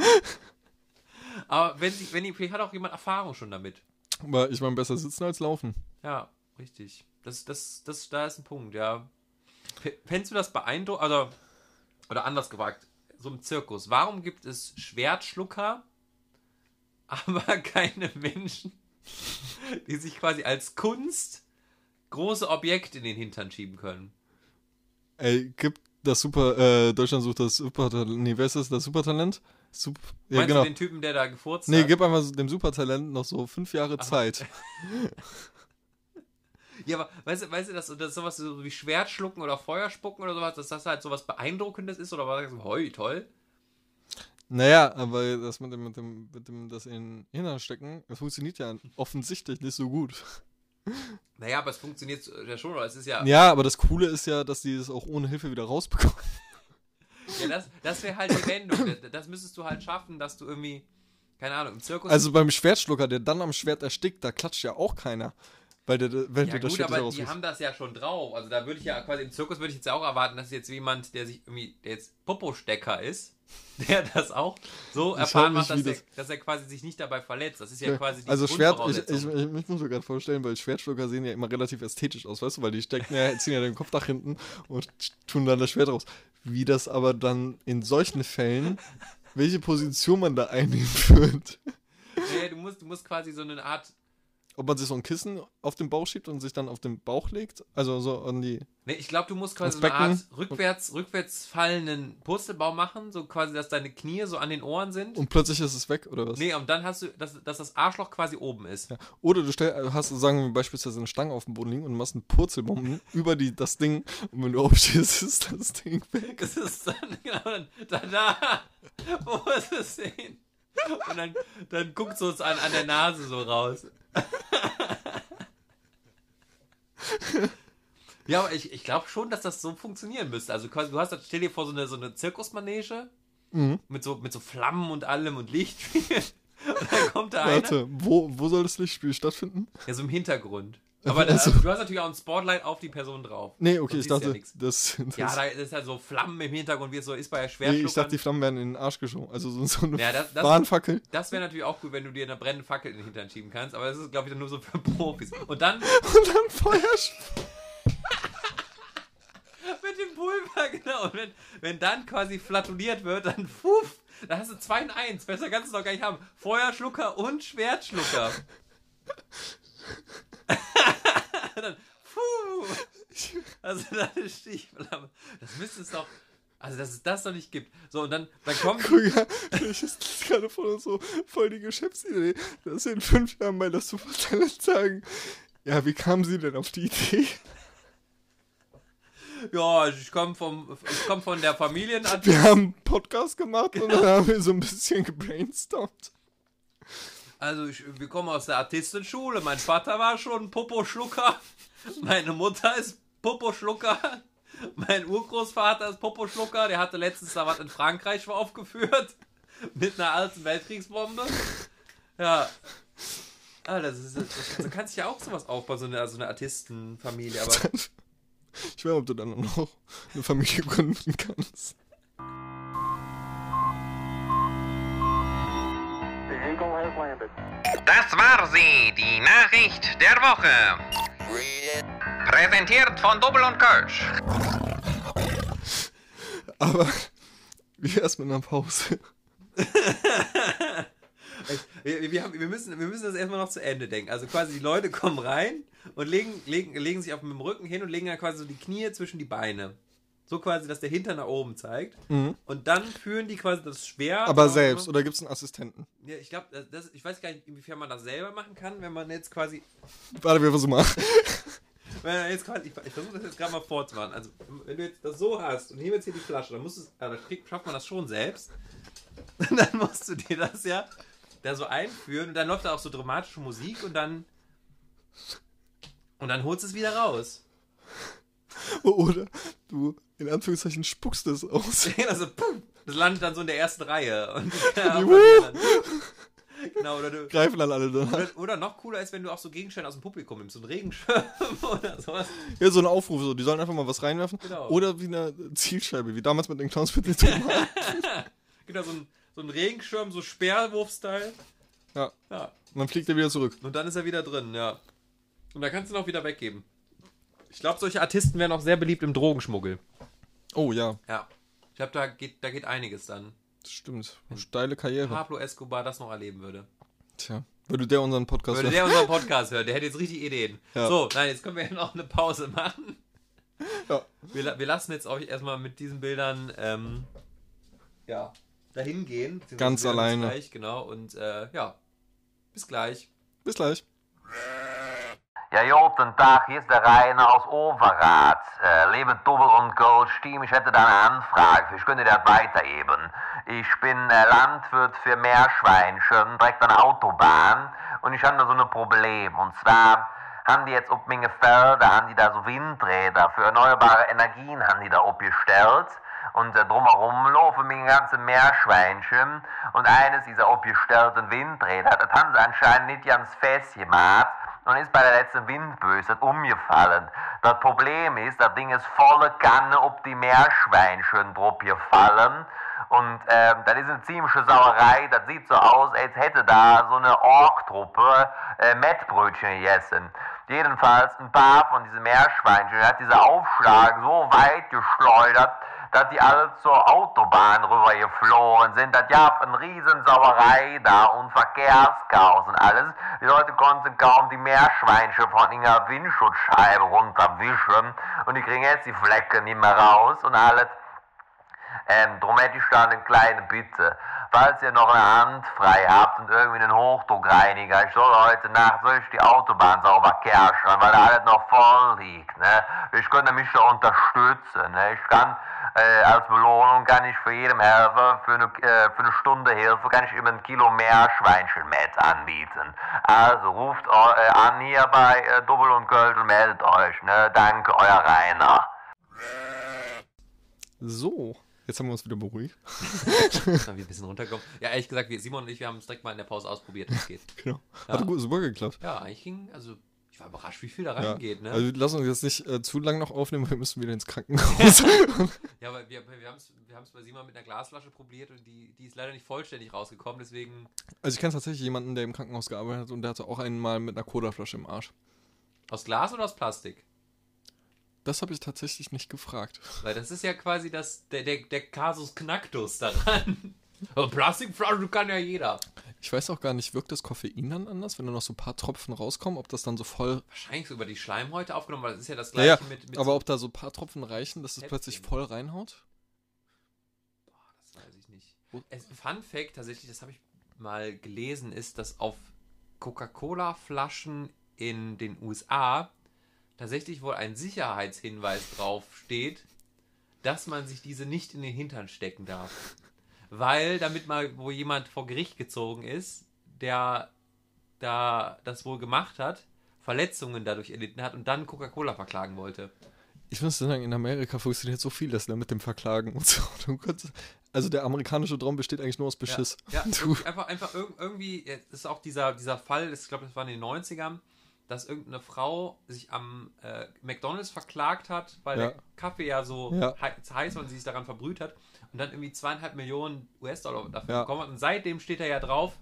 Aber wenn sie, wenn die, vielleicht hat auch jemand Erfahrung schon damit. Aber ich meine, besser sitzen als laufen. Ja, richtig. Das, das, das, da ist ein Punkt, ja. f- fändest du das beeindruckend, oder, oder anders gefragt, so im Zirkus, warum gibt es Schwertschlucker, aber keine Menschen, die sich quasi als Kunst große Objekte in den Hintern schieben können? Ey, gibt das Super, äh, Deutschland sucht das Supertalent, nee, wer ist das, das Supertalent? Sup ja, Meinst genau. du den Typen, der da gefurzt Nee, hat? gib einfach so dem Supertalent noch so fünf Jahre Ach. Zeit. Ja, aber weißt du, weißt du, dass das sowas so wie Schwertschlucken oder Feuerspucken oder sowas, dass das halt sowas Beeindruckendes ist oder was? Hoi, toll. Naja, aber das mit dem, mit dem, mit dem, das in den Hintern stecken, das funktioniert ja offensichtlich nicht so gut. Naja, aber es funktioniert ja schon, oder? Es ist ja. Ja, aber das Coole ist ja, dass die das auch ohne Hilfe wieder rausbekommen. Ja, das, das wäre halt die Wendung. Das, das müsstest du halt schaffen, dass du irgendwie, keine Ahnung, im Zirkus. Also beim Schwertschlucker, der dann am Schwert erstickt, da klatscht ja auch keiner. Weil der, wenn ja du das gut, Schwert aber raus die haben das ja schon drauf. Also da würde ich ja quasi im Zirkus würde ich jetzt ja auch erwarten, dass jetzt jemand, der sich irgendwie, der jetzt Popo-Stecker ist, der das auch so Ich erfahren hab macht, nicht, dass, wie er, dass er quasi sich nicht dabei verletzt. Das ist ja quasi die Also Schwert, ich, ich, Grundvoraussetzung. ich, ich muss mir gerade vorstellen, weil Schwertschlucker sehen ja immer relativ ästhetisch aus, weißt du, weil die stecken ja, ziehen ja den Kopf nach hinten und tun dann das Schwert raus. Wie das aber dann in solchen Fällen, welche Position man da einnehmen wird. Nee, du musst, du musst quasi so eine Art. Ob man sich so ein Kissen auf den Bauch schiebt und sich dann auf den Bauch legt, also so an die... Nee, ich glaube, du musst quasi Das so eine Art Becken. rückwärts, rückwärts fallenden Purzelbaum machen, so quasi, dass deine Knie so an den Ohren sind. Und plötzlich ist es weg, oder was? Nee, und dann hast du, dass, dass das Arschloch quasi oben ist. Ja. Oder du stell, hast, sagen wir beispielsweise eine Stange auf dem Boden liegen und machst einen Purzelbaum über die, das Ding und wenn du aufstehst, ist das Ding weg. Das ist dann, genau, dann, da, da, wo ist es hin? Und dann, dann guckt so es an, an der Nase so raus. Ja, aber ich, ich glaube schon, dass das so funktionieren müsste. Also quasi, du hast, stell dir vor, so eine, so eine Zirkusmanege Mhm. mit, so, mit so Flammen und allem und Lichtspiel. Und dann kommt da einer. Warte, wo, wo soll das Lichtspiel stattfinden? Ja, so im Hintergrund. Aber da, Also- du hast natürlich auch ein Spotlight auf die Person drauf. Nee, okay, Sonst ich siehst du dachte, ja nix. das, das Ja, da ist halt so Flammen im Hintergrund, wie es so ist bei der nee, Schwertschluckern. ich dachte, die Flammen werden in den Arsch geschoben. Also so, so eine Ja, das- das- Bahnfackel. Das wäre natürlich auch gut, wenn du dir eine brennende Fackel in den Hintern schieben kannst, aber das ist, glaube ich, dann nur so für Profis. Und dann Und dann Feuer. mit dem Pulver, genau. Und wenn, wenn dann quasi flatuliert wird, dann puff, da hast du zwei in eins. Besser kannst du es doch gar nicht haben. Feuerschlucker und Schwertschlucker. Dann, puh. Also deine Stichflamme. Das müsste es doch. Also, dass es das noch nicht gibt. So, und dann, dann kommt. Krüger, ich ist das gerade von uns so voll die Geschäftsidee, dass wir in fünf Jahren bei das Supertalent sagen, ja, wie kamen Sie denn auf die Idee? Ja, ich komme vom, ich komm von der Familienart. Wir haben einen Podcast gemacht und dann haben wir so ein bisschen gebrainstormt. Also, ich, wir kommen aus der Artistenschule. Mein Vater war schon Poposchlucker. Meine Mutter ist Poposchlucker. Mein Urgroßvater ist Poposchlucker. Der hatte letztens da was in Frankreich aufgeführt. Mit einer alten Weltkriegsbombe. Ja. Ah, das ist, das, also kannst du ja auch sowas aufbauen, so eine, so eine Artistenfamilie. Aber Ich weiß nicht, ob du dann noch eine Familie gründen kannst. The Eagle has landed. Das war sie, die Nachricht der Woche. Präsentiert von Double und Kölsch. Aber wie erst mit einer Pause. wir, wir, haben, wir, müssen, wir müssen das erstmal noch zu Ende denken. Also quasi die Leute kommen rein und legen, legen, legen sich auf dem Rücken hin und legen dann quasi so die Knie zwischen die Beine. So quasi, dass der Hintern nach oben zeigt. Mhm. Und dann führen die quasi das Schwert. Aber auf- selbst, oder gibt es einen Assistenten? Ja, ich glaube, das, das, ich weiß gar nicht, inwiefern man das selber machen kann, wenn man jetzt quasi. Warte, wir versuchen mal. Wenn man jetzt quasi ich ich versuche das jetzt gerade mal vorzumachen. Also, wenn du jetzt das so hast und hier jetzt hier die Flasche, dann musst du es. Ja, dann kriegt, schafft man das schon selbst. Und dann musst du dir das ja da so einführen und dann läuft da auch so dramatische Musik und dann. Und dann holst du es wieder raus. Oder du, in Anführungszeichen, spuckst es aus. Also, pum, das landet dann so in der ersten Reihe. Und ja, Die- und dann, genau, oder du. Greifen dann alle danach. Oder, oder noch cooler ist, wenn du auch so Gegenstände aus dem Publikum nimmst, so einen Regenschirm oder sowas. Ja, so ein Aufruf, so, die sollen einfach mal was reinwerfen. Genau. Oder wie eine Zielscheibe, wie damals mit den Clowns mit den Tomaten. Genau, so ein, so ein Regenschirm, so Sperrwurf-Style. Ja, Ja. und dann fliegt er wieder zurück. Und dann ist er wieder drin, ja. Und dann kannst du ihn auch wieder weggeben. Ich glaube, solche Artisten wären auch sehr beliebt im Drogenschmuggel. Oh ja, Ja. Ich glaube, da geht, da geht einiges dann. das stimmt. Eine steile Karriere. Pablo Escobar das noch erleben würde. Tja, würde der unseren Podcast Würde der unseren Podcast hören, der hätte jetzt richtig Ideen. Ja. So, nein, jetzt können wir ja noch eine Pause machen. Ja. Wir, la- wir lassen jetzt euch erstmal mit diesen Bildern ähm, ja, dahin gehen. beziehungsweise Ganz wir hören uns alleine. Gleich, genau, und äh, ja, bis gleich. Bis gleich. Ja, guten Tag, hier ist der Rainer aus Overath. Äh, liebe Double und Gold Team, ich hätte da eine Anfrage. Ich könnte das weitergeben. Ich bin äh, Landwirt für Meerschweinchen, direkt an der Autobahn. Und ich habe da so ein Problem. Und zwar haben die jetzt auf meine Felder, haben die da so Windräder für erneuerbare Energien, haben die da aufgestellt. Und äh, drumherum laufen meine ganzen Meerschweinchen. Und eines dieser aufgestellten Windräder, das haben sie anscheinend nicht ganz fest gemacht. Und ist bei der letzten Windböse umgefallen. Das Problem ist, das Ding ist volle Kanne auf die Meerschweinchen drauf gefallen. Und ähm, das ist eine ziemliche Sauerei. Das sieht so aus, als hätte da so eine Ork-Truppe äh, Mettbrötchen gegessen. Jedenfalls ein paar von diesen Meerschweinchen hat dieser Aufschlag so weit geschleudert, dass die alle zur Autobahn rüber geflogen sind. Das gab eine riesen Sauerei da und Verkehrschaos und alles. Die Leute konnten kaum die Meerschweinchen von ihrer Windschutzscheibe runterwischen und die kriegen jetzt die Flecken nicht mehr raus und alles. Ähm, drum hätte ich da eine kleine Bitte. Falls ihr noch eine Hand frei habt und irgendwie einen Hochdruckreiniger, ich soll heute Nacht soll ich die Autobahn sauber kerschern, weil da alles noch voll liegt. Ne? Ich könnte mich da unterstützen. Ne? Ich kann äh, als Belohnung kann ich für jedem Helfer, für eine, äh, für eine Stunde Hilfe, kann ich ihm ein Kilo mehr Schweinchenmett anbieten. Also ruft äh, an hier bei äh, Double und Köln und meldet euch. Ne? Danke, euer Rainer. So, jetzt haben wir uns wieder beruhigt. Dann wir ein bisschen runterkommen. Ja, ehrlich gesagt, wir, Simon und ich, wir haben es direkt mal in der Pause ausprobiert, wie es geht. Genau. Ja. Hat gut, super geklappt. Ja, eigentlich ging, also ich war überrascht, wie viel da Ja. reingeht, ne? Also lass uns jetzt nicht äh, zu lang noch aufnehmen, wir müssen wieder ins Krankenhaus. Ja, aber wir, wir haben es wir haben's bei Simon mit einer Glasflasche probiert und die, die ist leider nicht vollständig rausgekommen, deswegen... Also ich kenne tatsächlich jemanden, der im Krankenhaus gearbeitet hat und der hatte auch einmal mit einer Cola-Flasche im Arsch. Aus Glas oder aus Plastik? Das habe ich tatsächlich nicht gefragt. Weil das ist ja quasi das, der, der, der Kasus Knacktus daran. Aber Plastikflasche kann ja jeder. Ich weiß auch gar nicht, wirkt das Koffein dann anders, wenn da noch so ein paar Tropfen rauskommen, ob das dann so voll... Wahrscheinlich so über die Schleimhäute aufgenommen, weil das ist ja das Ja, ja, gleiche mit, mit... aber ob da so ein paar Tropfen reichen, dass es Häppchen. plötzlich voll reinhaut? Das weiß ich nicht. Es, Fun Fact, tatsächlich, das habe ich mal gelesen, ist, dass auf Coca-Cola-Flaschen in den U S A tatsächlich wohl ein Sicherheitshinweis drauf steht, dass man sich diese nicht in den Hintern stecken darf. Weil, damit mal, wo jemand vor Gericht gezogen ist, der da das wohl gemacht hat, Verletzungen dadurch erlitten hat und dann Coca-Cola verklagen wollte. Ich muss sagen, in Amerika funktioniert so viel, das ne, mit dem Verklagen und so. Du kannst- Also der amerikanische Traum besteht eigentlich nur aus Beschiss. Ja, ja Du, wirklich einfach, einfach irg- irgendwie, ja, das ist auch dieser, dieser Fall, ich glaube, das war in den neunzigern, dass irgendeine Frau sich am äh, McDonalds verklagt hat, weil Ja. der Kaffee ja so Ja. hei- heiß war und sie sich daran verbrüht hat und dann irgendwie zweieinhalb Millionen U S-Dollar dafür Ja. bekommen hat. Und seitdem steht er ja drauf,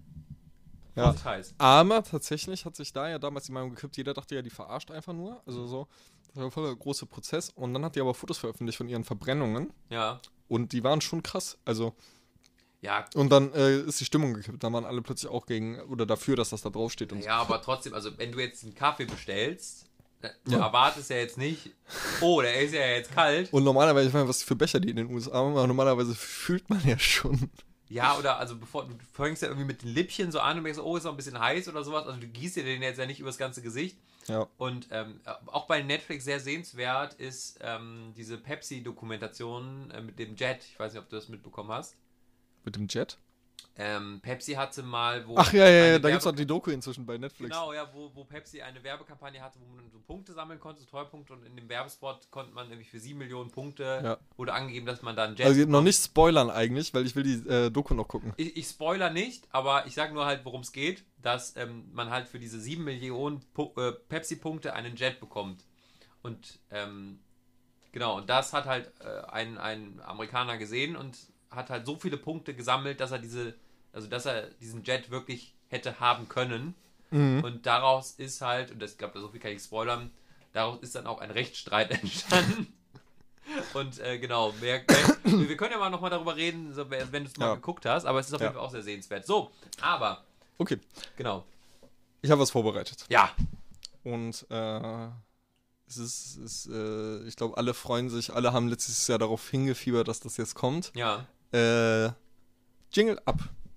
ja. Vorsicht heiß. Aber tatsächlich hat sich da ja damals die Meinung gekippt, jeder dachte ja, die verarscht einfach nur. Also so, das war voll der große Prozess. Und dann hat die aber Fotos veröffentlicht von ihren Verbrennungen. Ja, Und die waren schon krass. Also, ja, und dann äh, ist die Stimmung gekippt. Dann waren alle plötzlich auch gegen oder dafür, dass das da draufsteht und ja, aber trotzdem, also wenn du jetzt einen Kaffee bestellst, äh, du Ja. erwartest ja jetzt nicht, oh, der ist ja jetzt kalt. so. Und normalerweise, ich meine, was für Becher die in den U S A haben, aber normalerweise fühlt man ja schon. Ja, oder also bevor du fängst ja irgendwie mit den Lippchen so an und denkst, oh, ist noch ein bisschen heiß oder sowas. Also du gießt dir den jetzt ja nicht übers ganze Gesicht. Ja. Und ähm, auch bei Netflix sehr sehenswert ist ähm, diese Pepsi-Dokumentation äh, mit dem Jet. Ich weiß nicht, ob du das mitbekommen hast. Mit dem Jet? Ähm, Pepsi hatte mal, wo... Ach ja, ja, ja, eine da gibt es auch Werbe- die Doku inzwischen bei Netflix. Genau, ja, wo, wo Pepsi eine Werbekampagne hatte, wo man so Punkte sammeln konnte, so Treupunkte, und in dem Werbespot konnte man nämlich für sieben Millionen Punkte, Ja. wurde angegeben, dass man dann Jet... Also noch bekommt. nicht spoilern eigentlich, weil ich will die äh, Doku noch gucken. Ich, ich spoiler nicht, aber ich sage nur halt, worum es geht, dass ähm, man halt für diese sieben Millionen Pu- äh, Pepsi-Punkte einen Jet bekommt. Und ähm, genau, und das hat halt äh, ein, ein Amerikaner gesehen und hat halt so viele Punkte gesammelt, dass er diese, also dass er diesen Jet wirklich hätte haben können. Mhm. Und daraus ist halt, und das, ich glaube, so viel kann ich spoilern, Daraus ist dann auch ein Rechtsstreit entstanden. Und äh, genau, mehr, mehr, wir können ja mal nochmal darüber reden, so, wenn du es mal Ja. geguckt hast, aber es ist auf Ja. jeden Fall auch sehr sehenswert. So, aber, Okay, genau. ich habe was vorbereitet. Ja, Und äh, es ist, es, äh, ich glaube, alle freuen sich, alle haben letztes Jahr darauf hingefiebert, dass das jetzt kommt. ja. Äh, Jingle ab.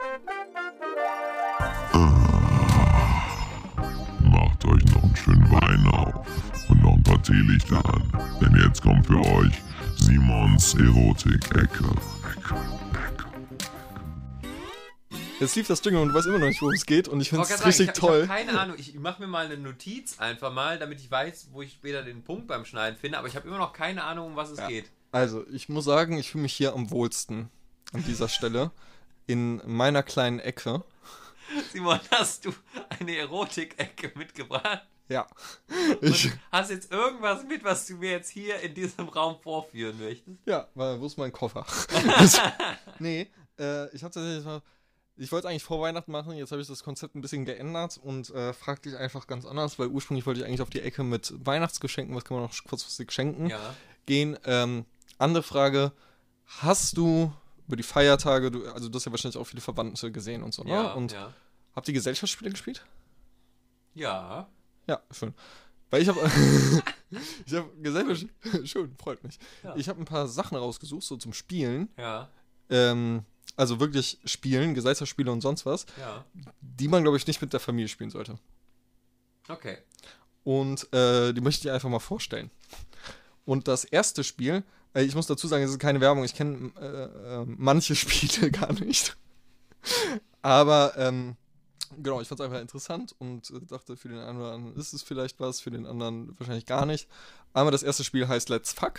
Macht euch noch einen schönen Wein auf und noch ein paar Teelichter an, denn jetzt kommt für euch Simons Erotik-Ecke. Jetzt lief das Jingle und du weißt immer noch nicht, worum es geht und ich finde Ich es wollte richtig gerade sagen, toll. Ich, ich habe keine Ahnung, ich mache mir mal eine Notiz einfach mal, damit ich weiß, wo ich später den Punkt beim Schneiden finde, aber ich habe immer noch keine Ahnung, um was es Ja. geht. Also, ich muss sagen, ich fühle mich hier am wohlsten an dieser Stelle. In meiner kleinen Ecke. Simon, hast du eine Erotik-Ecke mitgebracht? Ja. Ich, Hast jetzt irgendwas mit, was du mir jetzt hier in diesem Raum vorführen möchtest? ja, weil, wo ist mein Koffer? nee, äh, ich habe tatsächlich mal. Ich wollte es eigentlich vor Weihnachten machen, jetzt habe ich das Konzept ein bisschen geändert und äh, frag dich einfach ganz anders, weil ursprünglich wollte ich eigentlich auf die Ecke mit Weihnachtsgeschenken, was kann man noch kurzfristig schenken, Ja. gehen. Ähm, andere Frage, hast du über die Feiertage, du, also du hast ja wahrscheinlich auch viele Verwandte gesehen und so, ne? Ja, Und ja. habt ihr Gesellschaftsspiele gespielt? Ja. Ja, schön. Weil ich habe ich habe Gesellschaftsspiele, schön, freut mich. Ja. Ich habe ein paar Sachen rausgesucht, so zum Spielen, Ja. ähm, also wirklich spielen, Gesellschaftsspiele und sonst was, Ja. die man, glaube ich, nicht mit der Familie spielen sollte. Okay. Und äh, die möchte ich einfach mal vorstellen. Und das erste Spiel, äh, ich muss dazu sagen, es ist keine Werbung, ich kenne äh, äh, manche Spiele gar nicht. Aber, ähm, genau, ich fand es einfach interessant und äh, dachte, für den einen oder anderen ist es vielleicht was, für den anderen wahrscheinlich gar nicht. Aber das erste Spiel heißt Let's Fuck.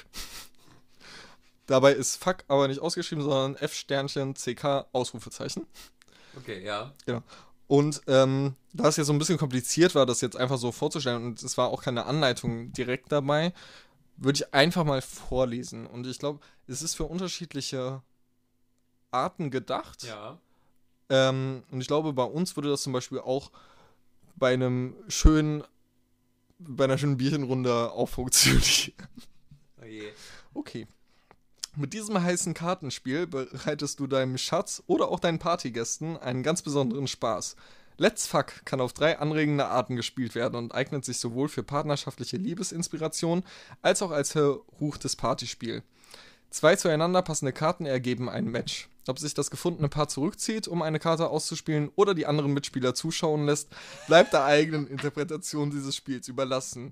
Dabei ist Fuck aber nicht ausgeschrieben, sondern F-Sternchen C K Ausrufezeichen. Okay, ja. Genau. Und ähm, da es jetzt so ein bisschen kompliziert war, das jetzt einfach so vorzustellen und es war auch keine Anleitung direkt dabei, würde ich einfach mal vorlesen. Und ich glaube, es ist für unterschiedliche Arten gedacht. Ja. Ähm, und ich glaube, bei uns würde das zum Beispiel auch bei einem schönen, bei einer schönen Bierchenrunde auch funktionieren. Oh je. Okay. Mit diesem heißen Kartenspiel bereitest du deinem Schatz oder auch deinen Partygästen einen ganz besonderen Spaß. Let's Fuck kann auf drei anregende Arten gespielt werden und eignet sich sowohl für partnerschaftliche Liebesinspiration als auch als verruchtes Partyspiel. Zwei zueinander passende Karten ergeben ein Match. Ob sich das gefundene Paar zurückzieht, um eine Karte auszuspielen, oder die anderen Mitspieler zuschauen lässt, bleibt der eigenen Interpretation dieses Spiels überlassen.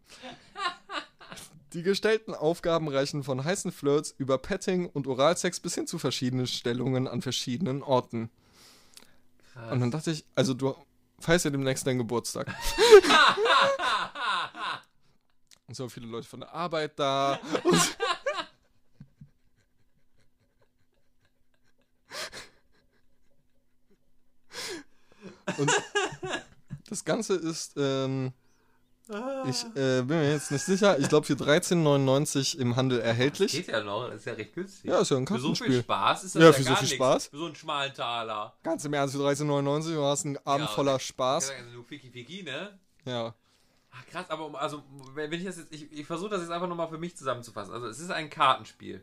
Die gestellten Aufgaben reichen von heißen Flirts über Petting und Oralsex bis hin zu verschiedenen Stellungen an verschiedenen Orten. Krass. Und dann dachte ich, also du feierst ja demnächst deinen Geburtstag. Und so viele Leute von der Arbeit da. Und Und das Ganze ist, ähm, ich äh, bin mir jetzt nicht sicher, ich glaube für dreizehn neunundneunzig im Handel erhältlich. Geht ja noch, das ist ja recht günstig. Ja, ist ja ein Für so viel Kartenspiel. Spaß ist das Ja, ja, für so gar viel nichts. Spaß. Für so einen schmalen Taler. Ganz im Ernst, für dreizehn neunundneunzig, du hast einen Abend Ja, voller okay. Spaß. Also nur Fiki Fiki, ne? Ja. Ach, krass, aber um- also, wenn wenn ich das jetzt, ich, ich versuche das jetzt einfach nochmal für mich zusammenzufassen. Also, es ist ein Kartenspiel.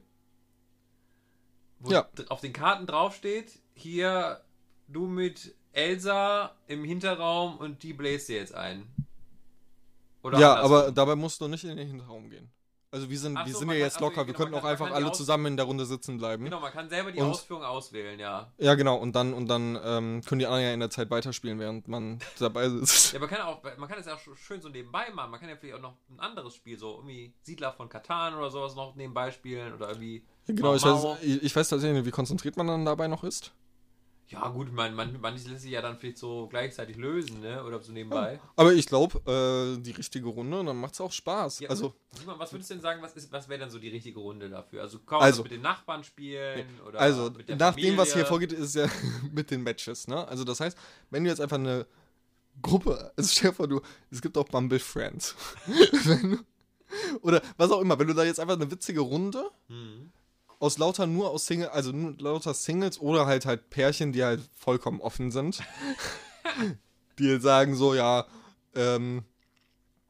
Wo Ja. d- auf den Karten draufsteht, hier, du mit Elsa im Hinterraum und die bläst dir jetzt ein. Oder Ja, andersrum. aber dabei musst du nicht in den Hinterraum gehen. Also wir sind, Ach wir so, sind man ja kann- jetzt ach so, locker, wir genau, könnten man auch kann- man einfach kann die alle Aus- zusammen in der Runde sitzen bleiben. Genau, man kann selber die Und- Ausführung auswählen, ja. Ja, genau, und dann, und dann ähm, können die anderen ja in der Zeit weiterspielen, während man dabei sitzt. Ja, man kann auch, man kann es ja auch schön so nebenbei machen. Man kann ja vielleicht auch noch ein anderes Spiel, so irgendwie Siedler von Katan oder sowas noch nebenbei spielen oder irgendwie. Genau, ich Mau Mau. weiß, ich, ich weiß tatsächlich nicht, wie konzentriert man dann dabei noch ist. Ja, gut, man, man, manches lässt sich ja dann vielleicht so gleichzeitig lösen, ne? Oder so nebenbei. Aber ich glaube, äh, die richtige Runde, dann macht es auch Spaß. Ja, also, Simon, was würdest du denn sagen, was, ist- was wäre denn so die richtige Runde dafür? Also kann man Also- das mit den Nachbarn spielen? Oder also mit der nach dem, was hier Familie? vorgeht, ist ja mit den Matches, ne? Also das heißt, wenn du jetzt einfach eine Gruppe, also stell dir vor, du, es gibt auch Bumble Friends. Wenn du, oder was auch immer, wenn du da jetzt einfach eine witzige Runde Hm. aus lauter nur aus Single, also nur lauter Singles oder halt halt Pärchen, die halt vollkommen offen sind, die jetzt sagen so, ja, ähm,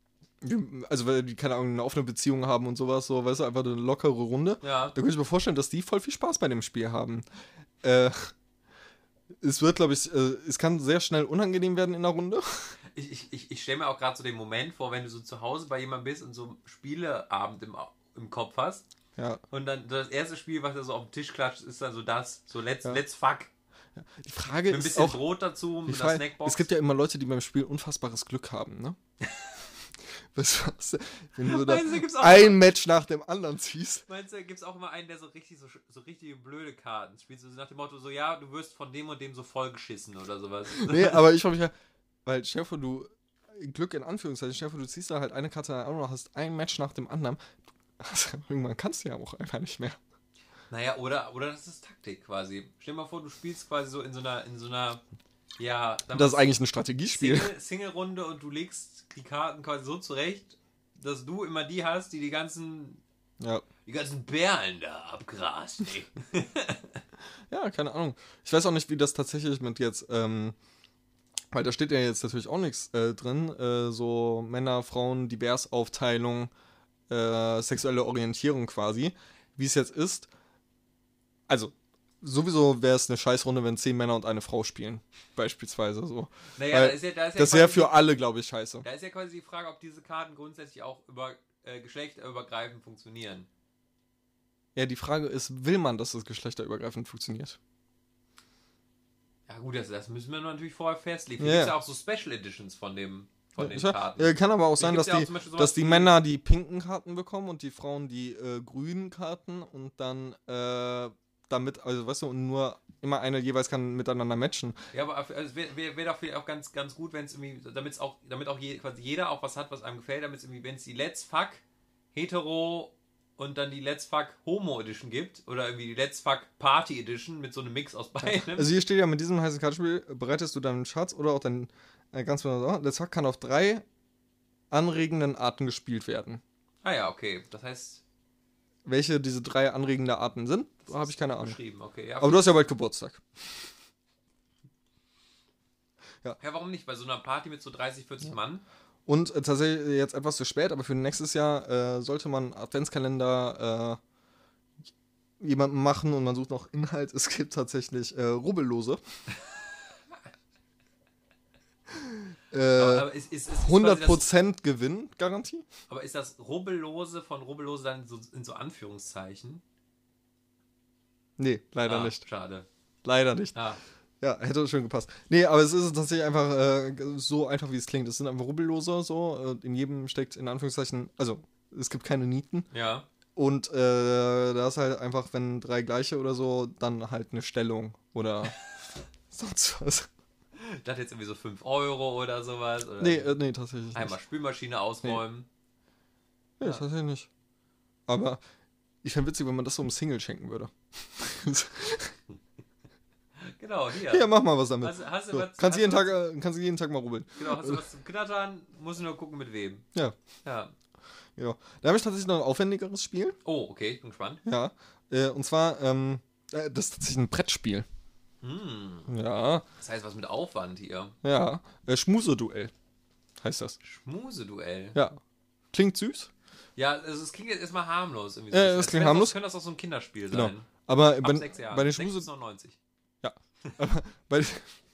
Also, weil die, keine Ahnung, eine offene Beziehung haben und sowas, so, weißt du, einfach eine lockere Runde. Ja. Da könnte ich mir vorstellen, dass die voll viel Spaß bei dem Spiel haben. Äh, es wird, glaube ich, äh, es kann sehr schnell unangenehm werden in der Runde. Ich, ich, ich, ich stelle mir auch gerade so den Moment vor, wenn du so zu Hause bei jemandem bist und so einen Spieleabend im, im Kopf hast. Ja. Und dann das erste Spiel, was da so auf den Tisch klatscht, ist dann so das, so let's, Ja. let's fuck. Die Frage Mit ein ist bisschen auch, Brot dazu, die mit Frage, einer Snackbox. es gibt ja immer Leute, die beim Spiel unfassbares Glück haben, ne? Weißt du, was, wenn du so da Meinst du, gibt's auch ein Match nach dem anderen ziehst. Meinst du, gibt es auch immer einen, der so richtig so, so richtige blöde Karten spielt? So nach dem Motto, so ja, du wirst von dem und dem so vollgeschissen oder sowas. Nee, aber ich frage mich ja, weil stell dir vor, du, Glück in Anführungszeichen, stell dir vor, du ziehst da halt eine Karte nach der anderen, hast ein Match nach dem anderen. Also, irgendwann kannst du ja auch einfach nicht mehr. Naja, oder, oder das ist Taktik quasi. Stell dir mal vor, du spielst quasi so in so einer, in so einer, ja, sagen wir Das ist mal, eigentlich ein Strategiespiel. Single- Single-Runde und du legst die Karten quasi so zurecht, dass du immer die hast, die die ganzen, Ja. die ganzen Perlen da abgrast. ey. Ja, keine Ahnung. Ich weiß auch nicht, wie das tatsächlich mit jetzt, ähm, weil da steht ja jetzt natürlich auch nichts äh, drin, äh, so Männer, Frauen, Diversaufteilung, äh, sexuelle Orientierung quasi, wie es jetzt ist. Also, sowieso wäre es eine Scheißrunde, wenn zehn Männer und eine Frau spielen, beispielsweise so. Naja, Weil da ist ja, da ist ja das wäre quasi für alle, glaube ich, scheiße. die, da ist ja quasi die Frage, ob diese Karten grundsätzlich auch über äh, geschlechterübergreifend funktionieren. Ja, die Frage ist, will man, dass das geschlechterübergreifend funktioniert? Ja gut, das, das müssen wir natürlich vorher festlegen. Ja. Gibt es ja auch so Special Editions von dem von den Ja, Karten. ja, kann aber auch sein, gibt's dass ja auch die, zum Beispiel sowas dass die wie- Männer die pinken Karten bekommen und die Frauen die äh, grünen Karten und dann äh, damit, also weißt du, und nur immer eine jeweils kann miteinander matchen. Ja, aber also es wäre wär, wär doch vielleicht auch ganz, ganz gut, wenn es irgendwie, damit es auch, damit auch je, quasi jeder auch was hat, was einem gefällt, damit es irgendwie, wenn es die Let's Fuck Hetero und dann die Let's Fuck Homo Edition gibt oder irgendwie die Let's Fuck Party Edition mit so einem Mix aus beidem. Also hier steht ja, mit diesem heißen Kartenspiel bereitest du deinen Schatz oder auch deinen äh, ganz besonders, Let's Fuck kann auf drei anregenden Arten gespielt werden. Ah ja, okay. Das heißt, Welche diese drei anregende Arten sind, habe ich keine Ahnung. beschrieben, okay. Ja, Aber du hast ja bald Geburtstag. ja, warum nicht? Bei so einer Party mit so dreißig, vierzig Mann. Und äh, tatsächlich jetzt etwas zu spät, aber für nächstes Jahr äh, sollte man Adventskalender äh, jemanden machen und man sucht noch Inhalt. Es gibt tatsächlich äh, Rubbellose. äh, Aber, aber ist, ist, ist, ist hundert quasi Prozent Gewinngarantie? das, aber ist das Rubbellose von Rubbellose dann so, in so Anführungszeichen? Nee, leider ah, nicht. Schade. Leider nicht. Ah, Ja, hätte schon gepasst. Nee, aber es ist tatsächlich einfach äh, so einfach, wie es klingt. Es sind einfach Rubbellose so. Äh, in jedem steckt in Anführungszeichen, also es gibt keine Nieten. ja. Und äh, da ist halt einfach, wenn drei gleiche oder so, dann halt eine Stellung oder sonst was. Ich dachte jetzt irgendwie so fünf Euro oder sowas. Oder Nee, äh, nee, tatsächlich einmal nicht. Spülmaschine ausräumen. Nee, ja. tatsächlich nicht. Aber ich fände witzig, wenn man das so einem Single schenken würde. Genau, hier. Ja, mach mal was damit. Hast, hast du So, was, kannst, hast jeden du Tag, was, äh, kannst du jeden Tag mal rubbeln. genau, hast du was zum Knattern? Musst du nur gucken, mit wem. Ja, Ja. ja. Da habe ich tatsächlich noch ein aufwendigeres Spiel. Oh, okay, bin gespannt. Ja. Äh, und zwar, ähm, äh, das ist tatsächlich ein Brettspiel. Hm. Ja, Das heißt, was mit Aufwand hier. ja. Äh, Schmuseduell heißt das. Schmuseduell. Ja. Klingt süß. Ja, also es klingt jetzt erstmal harmlos. Irgendwie Ja, so. das Als klingt könnte harmlos. Das könnte das auch so ein Kinderspiel Genau. sein. Aber Ab bei, sechs Jahren. bei den sechs Schmuse... bis neunundneunzig. Bei,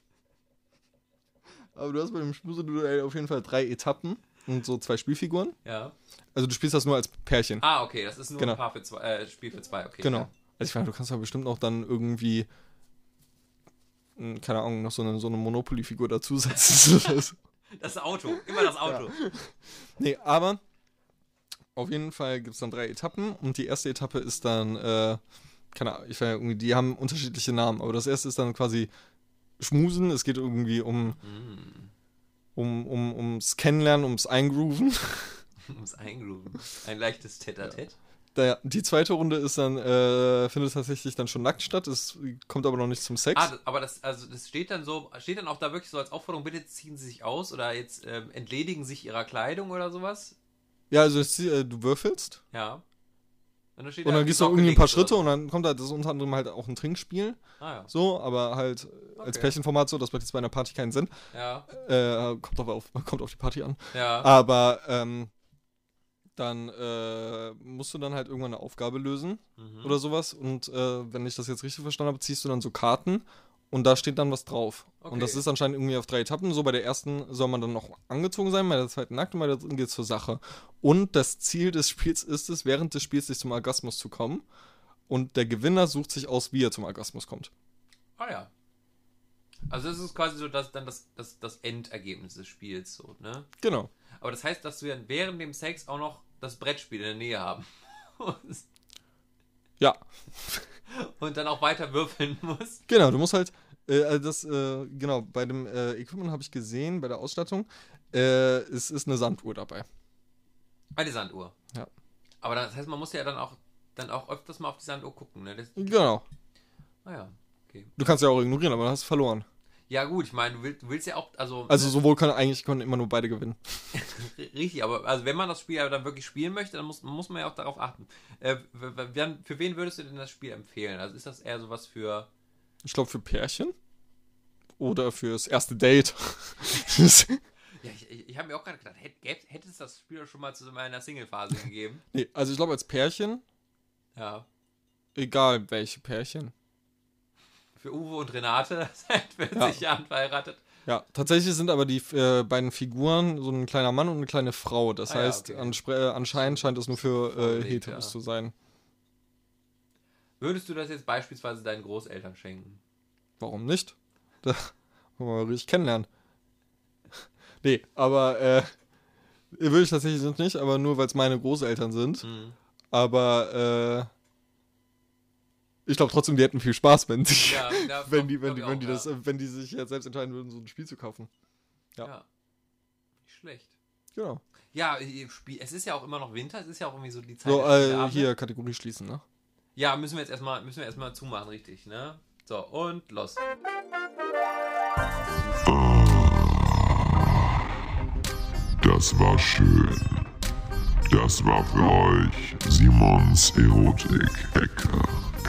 aber du hast bei dem Schmuseduell auf jeden Fall drei Etappen und so zwei Spielfiguren. Ja. Also du spielst das nur als Pärchen. Ah, okay, das ist nur Genau. ein Paar für zwei, äh, Spiel für zwei, okay. Genau. Ja. Also ich meine, du kannst ja bestimmt auch dann irgendwie, mh, keine Ahnung, noch so eine, so eine Monopoly-Figur dazusetzen. Das- Das Auto, immer das Auto. nee, aber auf jeden Fall gibt es dann drei Etappen und die erste Etappe ist dann, äh, keine Ahnung, ich weiß irgendwie, die haben unterschiedliche Namen, aber das erste ist dann quasi Schmusen, es geht irgendwie um, Mm. um, um ums Kennenlernen, ums Eingrooven. Ums Eingrooven. Ein leichtes Tête-à-Tête. Der, die zweite Runde ist dann, äh, findet tatsächlich dann schon nackt statt, es kommt aber noch nicht zum Sex. Ah, das- aber das, also das steht dann so, steht dann auch da wirklich so als Aufforderung, bitte ziehen Sie sich aus oder jetzt ähm, entledigen sich Ihrer Kleidung oder sowas? Ja, also es, äh, du würfelst Ja. Und dann, steht und da dann die gehst du Socke irgendwie ein paar links oder Schritte so. und dann kommt halt, das ist unter anderem halt auch ein Trinkspiel, Ah ja. so, aber halt äh, als Okay. Pärchenformat so, das macht jetzt bei einer Party keinen Sinn. Ja. Äh, kommt aber auf, kommt auf die Party an. Ja. Aber, ähm, dann äh, musst du dann halt irgendwann eine Aufgabe lösen Mhm. oder sowas. Und äh, wenn ich das jetzt richtig verstanden habe, ziehst du dann so Karten und da steht dann was drauf. Und Okay. das ist anscheinend irgendwie auf drei Etappen. So bei der ersten soll man dann noch angezogen sein, bei der zweiten nackt und bei der dritten geht es zur Sache. Und das Ziel des Spiels ist es, während des Spiels sich zum Orgasmus zu kommen. Und der Gewinner sucht sich aus, wie er zum Orgasmus kommt. Ah ja. Also das ist quasi so das, dann das, das, das Endergebnis des Spiels, so, ne? Genau. Aber das heißt, dass wir während dem Sex auch noch das Brettspiel in der Nähe haben. Ja, Und dann auch weiter würfeln muss. genau. Du musst halt, äh, also das, äh, genau, bei dem äh, Equipment habe ich gesehen, bei der Ausstattung, äh, es ist eine Sanduhr dabei. Eine Sanduhr. Ja. Aber das heißt, man muss ja dann auch, dann auch öfters mal auf die Sanduhr gucken, ne? Das, Genau. ah ja, okay. Du kannst ja auch ignorieren, aber dann hast du verloren. Ja gut, ich meine, du willst, du willst ja auch, also... Also sowohl können eigentlich können immer nur beide gewinnen. Richtig, aber also wenn man das Spiel aber dann wirklich spielen möchte, dann muss, muss man ja auch darauf achten. Äh, w- w- wer- für wen würdest du denn das Spiel empfehlen? Also ist das eher sowas für... Ich glaube für Pärchen. Oder fürs erste Date. Ja, ich, ich, ich habe mir auch gerade gedacht, hätte, gäb- hätte es das Spiel schon mal zu meiner Single-Phase gegeben? Nee, also ich glaube als Pärchen, Ja. egal welche Pärchen. Für Uwe und Renate, seit vierzig Jahren verheiratet. Ja, tatsächlich sind aber die äh, beiden Figuren so ein kleiner Mann und eine kleine Frau. Das Ah ja, heißt, okay. anspre- äh, anscheinend scheint es nur für äh, Vorgelegt, Heteros ja. zu sein. Würdest du das jetzt beispielsweise deinen Großeltern schenken? Warum nicht? Da wollen wir mal richtig kennenlernen. Nee, aber äh, würde ich tatsächlich nicht, aber nur weil es meine Großeltern sind. Mhm. Aber äh, ich glaube trotzdem, die hätten viel Spaß, wenn sie, Ja, ja, wenn die, glaub- wenn die, glaub wenn die ich das, auch, äh, wenn die sich jetzt selbst entscheiden würden, so ein Spiel zu kaufen. ja. ja. ja. Nicht schlecht. Genau. Ja, ihr Spiel, es ist ja auch immer noch Winter, es ist ja auch irgendwie so die Zeit So, der äh, Spieleabende. hier Kategorie schließen, ne? Ja, müssen wir jetzt erstmal, müssen wir erstmal zumachen, richtig, ne? So, und los. Das war schön. Das war für euch Simons Erotik-Ecke.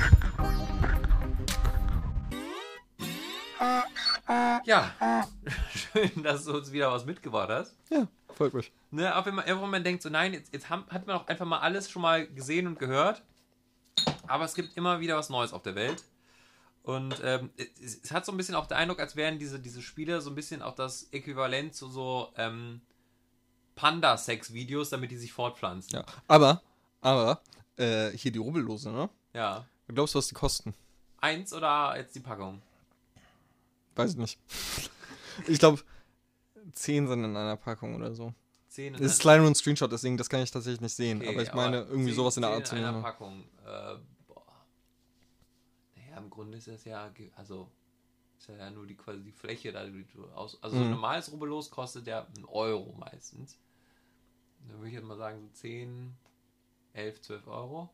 Ja, schön, dass du uns wieder was mitgebracht hast. Ja, freut mich. Ne, auch wenn man, wenn man denkt, so nein, jetzt, jetzt haben, hat man auch einfach mal alles schon mal gesehen und gehört. Aber es gibt immer wieder was Neues auf der Welt. Und ähm, es, es hat so ein bisschen auch den Eindruck, als wären diese, diese Spiele so ein bisschen auch das Äquivalent zu so ähm, Panda-Sex-Videos, damit die sich fortpflanzen. Ja. Aber, aber, äh, hier die Rubbellose, ne? Ja. Glaubst du, was die kosten? Eins oder jetzt die Packung? Weiß ich nicht. Ich glaube, zehn sind in einer Packung oder so. Zehn in Es ist einer- leider nur ein Screenshot, deswegen das kann ich tatsächlich nicht sehen. Okay, aber ich meine, irgendwie zehn- sowas in der zehn Art zu in einer nehmen. Packung. Äh, boah. Naja, im Grunde ist das ja, ge- also ist ja nur die quasi die Fläche da, die du aus. Also so ein Mhm. normales Rubbellos kostet ja einen Euro meistens. Dann würde ich jetzt mal sagen, so zehn, elf, zwölf Euro.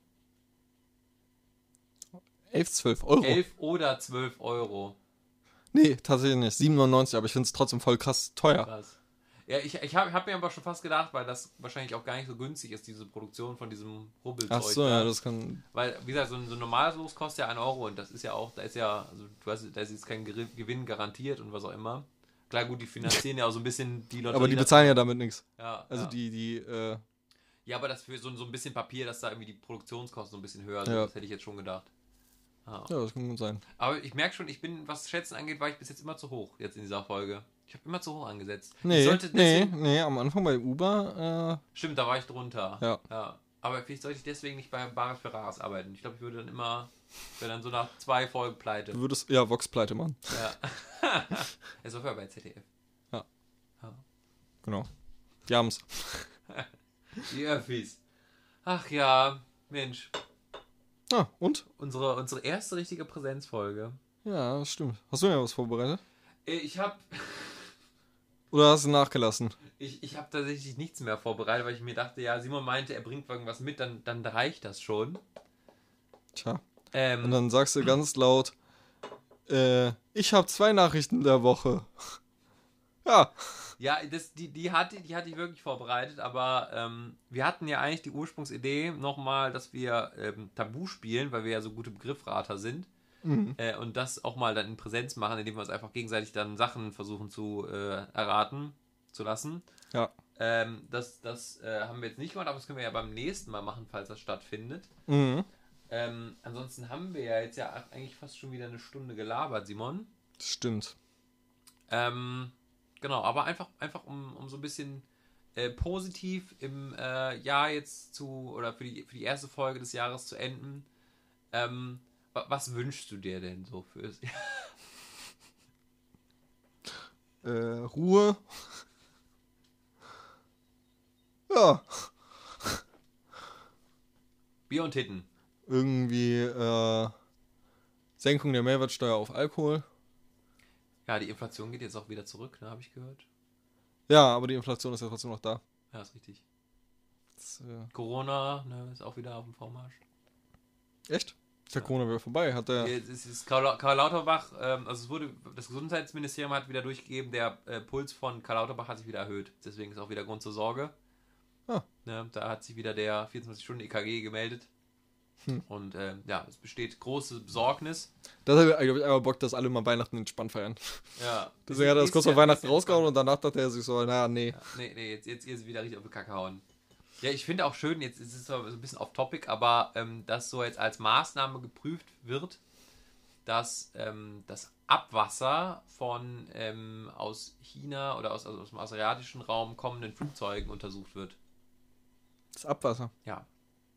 elf, zwölf Euro. elf oder zwölf Euro. Nee, tatsächlich nicht. sieben neunundneunzig, aber ich finde es trotzdem voll krass teuer. Krass. Ja, ich, ich habe hab mir aber schon fast gedacht, weil das wahrscheinlich auch gar nicht so günstig ist, diese Produktion von diesem Rubbelzeug. Ach so, da. ja, das kann. Weil, wie gesagt, so ein, so ein normales Los kostet ja ein Euro und das ist ja auch, da ist ja, also du hast, da ist jetzt kein Geri- Gewinn garantiert und was auch immer. Klar, gut, die finanzieren ja auch so ein bisschen die Leute. Aber die bezahlen ja damit nichts. Ja, Also ja. die, die, äh, Ja, aber das für so, so ein bisschen Papier, dass da irgendwie die Produktionskosten so ein bisschen höher sind, Ja. das hätte ich jetzt schon gedacht. Ja. ja, das kann gut sein. Aber ich merke schon, ich bin, was Schätzen angeht, war ich bis jetzt immer zu hoch, jetzt in dieser Folge. Ich habe immer zu hoch angesetzt. Ich Nee, sollte nee, deswegen- nee, am Anfang bei Uber, Stimmt, da war ich drunter. Ja. ja. Aber vielleicht sollte ich deswegen nicht bei Bares für Rares arbeiten. Ich glaube, ich würde dann immer, wäre dann so nach zwei Folgen pleite. äh, du würdest, ja, Vox pleite machen. Ja. Es war vorher bei Z D F. Genau. Die haben's. Die Öffis. Ach ja, Mensch. Ah, und? Unsere, unsere erste richtige Präsenzfolge. Ja, das stimmt. Hast du ja was vorbereitet? Äh, Ich habe Oder hast du nachgelassen? ich, ich hab tatsächlich nichts mehr vorbereitet, weil ich mir dachte, ja, Simon meinte, er bringt irgendwas mit, dann, dann reicht das schon. Tja. Ähm, Und dann sagst du ganz laut, äh, ich habe zwei Nachrichten der Woche. Ja. Ja, das, die, die, hatte, die hatte ich wirklich vorbereitet, aber ähm, wir hatten ja eigentlich die Ursprungsidee nochmal, dass wir ähm, Tabu spielen, weil wir ja so gute Begriffrater sind. Mhm. Äh, und das auch mal dann in Präsenz machen, indem wir uns einfach gegenseitig dann Sachen versuchen zu äh, erraten zu lassen. Ja. Ähm, das das äh, haben wir jetzt nicht gemacht, aber das können wir ja beim nächsten Mal machen, falls das stattfindet. Mhm. Ähm, ansonsten haben wir ja jetzt ja eigentlich fast schon wieder eine Stunde gelabert, Simon. Das stimmt. Ähm, genau, aber einfach, einfach um, um so ein bisschen äh, positiv im äh, Jahr jetzt zu, oder für die, für die erste Folge des Jahres zu enden. Ähm, wa- was wünschst du dir denn so fürs Jahr? Äh, Ruhe. Ja, Bier und Titten. irgendwie äh, Senkung der Mehrwertsteuer auf Alkohol. Ja, die Inflation geht jetzt auch wieder zurück, ne, habe ich gehört. Ja, aber die Inflation ist ja trotzdem noch da. Ja, ist richtig. Das, äh, Corona, ne, ist auch wieder auf dem Vormarsch. echt? Ist der Corona wieder vorbei? Hat der... Jetzt ist, ist Karl, Lau- Karl Lauterbach, ähm, also es wurde, das Gesundheitsministerium hat wieder durchgegeben, der äh, Puls von Karl Lauterbach hat sich wieder erhöht. Deswegen ist auch wieder Grund zur Sorge. Ah. Ne, da hat sich wieder der vierundzwanzig-Stunden-E K G gemeldet. Hm. Und ähm, ja, es besteht große Besorgnis. Das hat, glaube ich, einmal Bock, dass alle mal Weihnachten entspannt feiern. Ja. Deswegen hat er das Ist kurz ja- vor Weihnachten ist ja rausgehauen und danach dachte er sich so, naja, nee. Ja, nee, nee, jetzt, jetzt ist wieder richtig auf die Kacke hauen. Ja, ich finde auch schön, jetzt ist es zwar so ein bisschen off-topic, aber ähm, dass so jetzt als Maßnahme geprüft wird, dass ähm, das Abwasser von ähm, aus China oder aus, also aus dem asiatischen Raum kommenden Flugzeugen untersucht wird. Das Abwasser. Ja,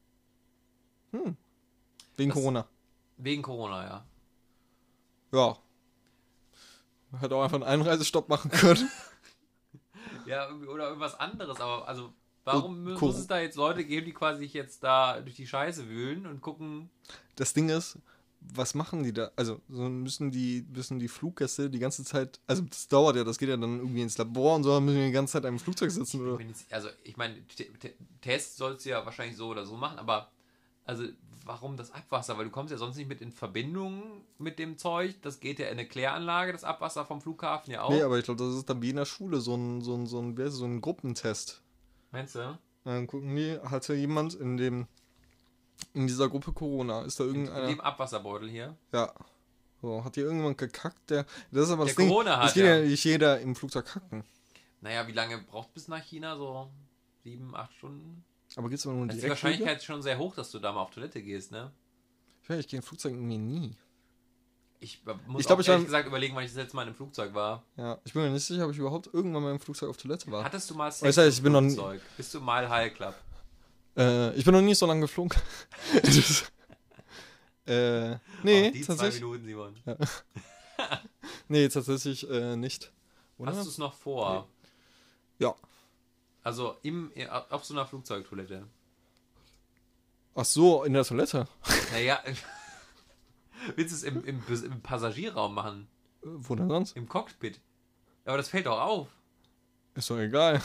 Wegen Das- Corona. wegen Corona, ja. Ja. Man hätte auch einfach einen Einreisestopp machen können. Ja, irgendwie- oder irgendwas anderes, aber also warum Und muss Cor- es da jetzt Leute geben, die quasi sich jetzt da durch die Scheiße wühlen und gucken, Das Ding ist, was machen die da? Also so müssen die, müssen die Fluggäste die ganze Zeit, also das dauert ja, das geht ja dann irgendwie ins Labor und so, dann müssen die die ganze Zeit im Flugzeug sitzen oder. Wenn jetzt, also ich meine, T- T- Tests sollst du ja wahrscheinlich so oder so machen, aber also warum das Abwasser? Weil du kommst ja sonst nicht mit in Verbindung mit dem Zeug. Das geht ja in eine Kläranlage, das Abwasser vom Flughafen ja auch. Nee, aber ich glaube, das ist dann wie in der Schule, so ein, so ein, so ein, wer ist das, so ein Gruppentest. Meinst du? Dann gucken die, hatte jemand in dem, in dieser Gruppe Corona, ist da In irgendeiner, dem Abwasserbeutel hier. ja, so, hat hier irgendjemand gekackt, der, das ist aber das Der Ding, Corona hat, das geht ja ja. nicht jeder im Flugzeug kacken. Naja, wie lange braucht bis nach China? So sieben, acht Stunden? Aber gibt's aber nur Da ist die direkt Wahrscheinlichkeit schon sehr hoch, dass du da mal auf Toilette gehst, ne? Ich, weiß, ich gehe im Flugzeug irgendwie nie. Ich äh, muss Ich glaub, auch ich ehrlich war- gesagt überlegen, wann ich das letzte Mal in einem Flugzeug war. Ja, ich bin mir nicht sicher, ob ich überhaupt irgendwann mal im Flugzeug auf Toilette war. Hattest du mal Sex ich, ich bin noch Flugzeug? Bist du mal High Club? Äh, ich bin noch nie so lange geflogen. das, äh, nee, Oh, die zwei tatsächlich. Minuten, Simon. Nee, tatsächlich äh, nicht. Oder? Hast du es noch vor? Ja. Also im, auf so einer Flugzeugtoilette. Ach so, in der Toilette. Naja, willst du es im, im, im Passagierraum machen? Äh, Wo denn sonst? Im Cockpit? Aber das fällt doch auf. Ist doch egal.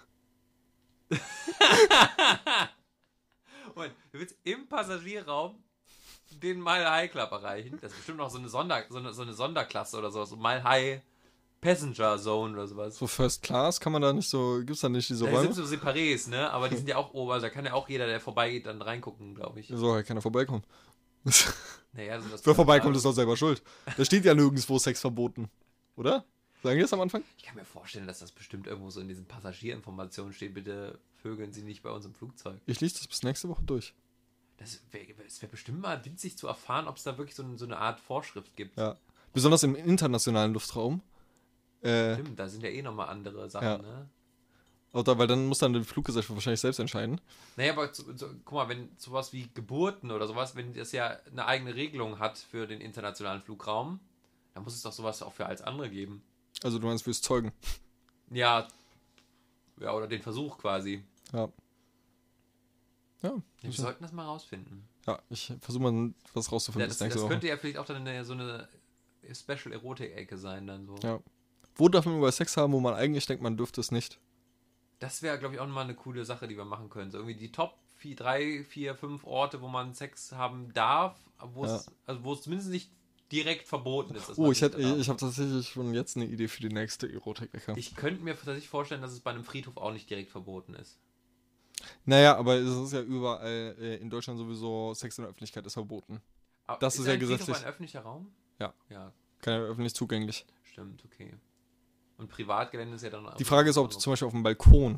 Und du willst im Passagierraum den Mile High Club erreichen. Das ist bestimmt noch so eine, Sonder, so eine, so eine Sonderklasse oder sowas. So Mile High Passenger Zone oder sowas. So First Class kann man da nicht so, gibt's da nicht diese Da Räume? sind so Separés, ne? Aber die sind ja auch oben. Also da kann ja auch jeder, der vorbeigeht, dann reingucken, glaube ich. So, halt keiner vorbeikommen. Naja, so das Wer vorbeikommt, ist doch selber schuld. Da steht ja nirgendwo Sex verboten. Oder? Sagen die das am Anfang? Ich kann mir vorstellen, dass das bestimmt irgendwo so in diesen Passagierinformationen steht. Bitte vögeln Sie nicht bei uns im Flugzeug. Ich lese das bis nächste Woche durch. Das wäre wär bestimmt mal witzig zu erfahren, ob es da wirklich so, ein, so eine Art Vorschrift gibt. Ja. Besonders im internationalen Luftraum. Äh, Stimmt, da sind ja eh nochmal andere Sachen, Ja. ne? oder, weil dann muss dann die Fluggesellschaft wahrscheinlich selbst entscheiden. Naja, aber zu, zu, guck mal, wenn sowas wie Geburten oder sowas, wenn das ja eine eigene Regelung hat für den internationalen Flugraum, dann muss es doch sowas auch für alles andere geben. Also du meinst fürs Zeugen. Ja, ja, oder den Versuch quasi. Ja. Ja, Ja, wir ich, sollten das mal rausfinden. ja, ich versuche mal was rauszufinden Ja, bis das nächste das Woche. könnte ja vielleicht auch dann eine, so eine Special-Erotik-Ecke sein dann so. Ja. Wo darf man über Sex haben, wo man eigentlich denkt, man dürfte es nicht? Das wäre, glaube ich, auch nochmal eine coole Sache, die wir machen können. So irgendwie die Top vier, drei, vier, fünf Orte, wo man Sex haben darf, wo es, also wo es zumindest nicht direkt verboten ist. dass Oh, man ich, Sex hätte, darf. ich habe tatsächlich schon jetzt eine Idee für die nächste Erotik-Ecke. Ich könnte mir tatsächlich vorstellen, dass es bei einem Friedhof auch nicht direkt verboten ist. Naja, aber es ist ja überall äh, in Deutschland sowieso, Sex in der Öffentlichkeit ist verboten. Aber Das ist ja ein Friedhof gesetzlich. ein öffentlicher Raum? Ja. Ja, Keine öffentlich zugänglich. stimmt, okay. Und Privatgelände ist ja dann... Die Frage ist, ob du zum Beispiel auf dem Balkon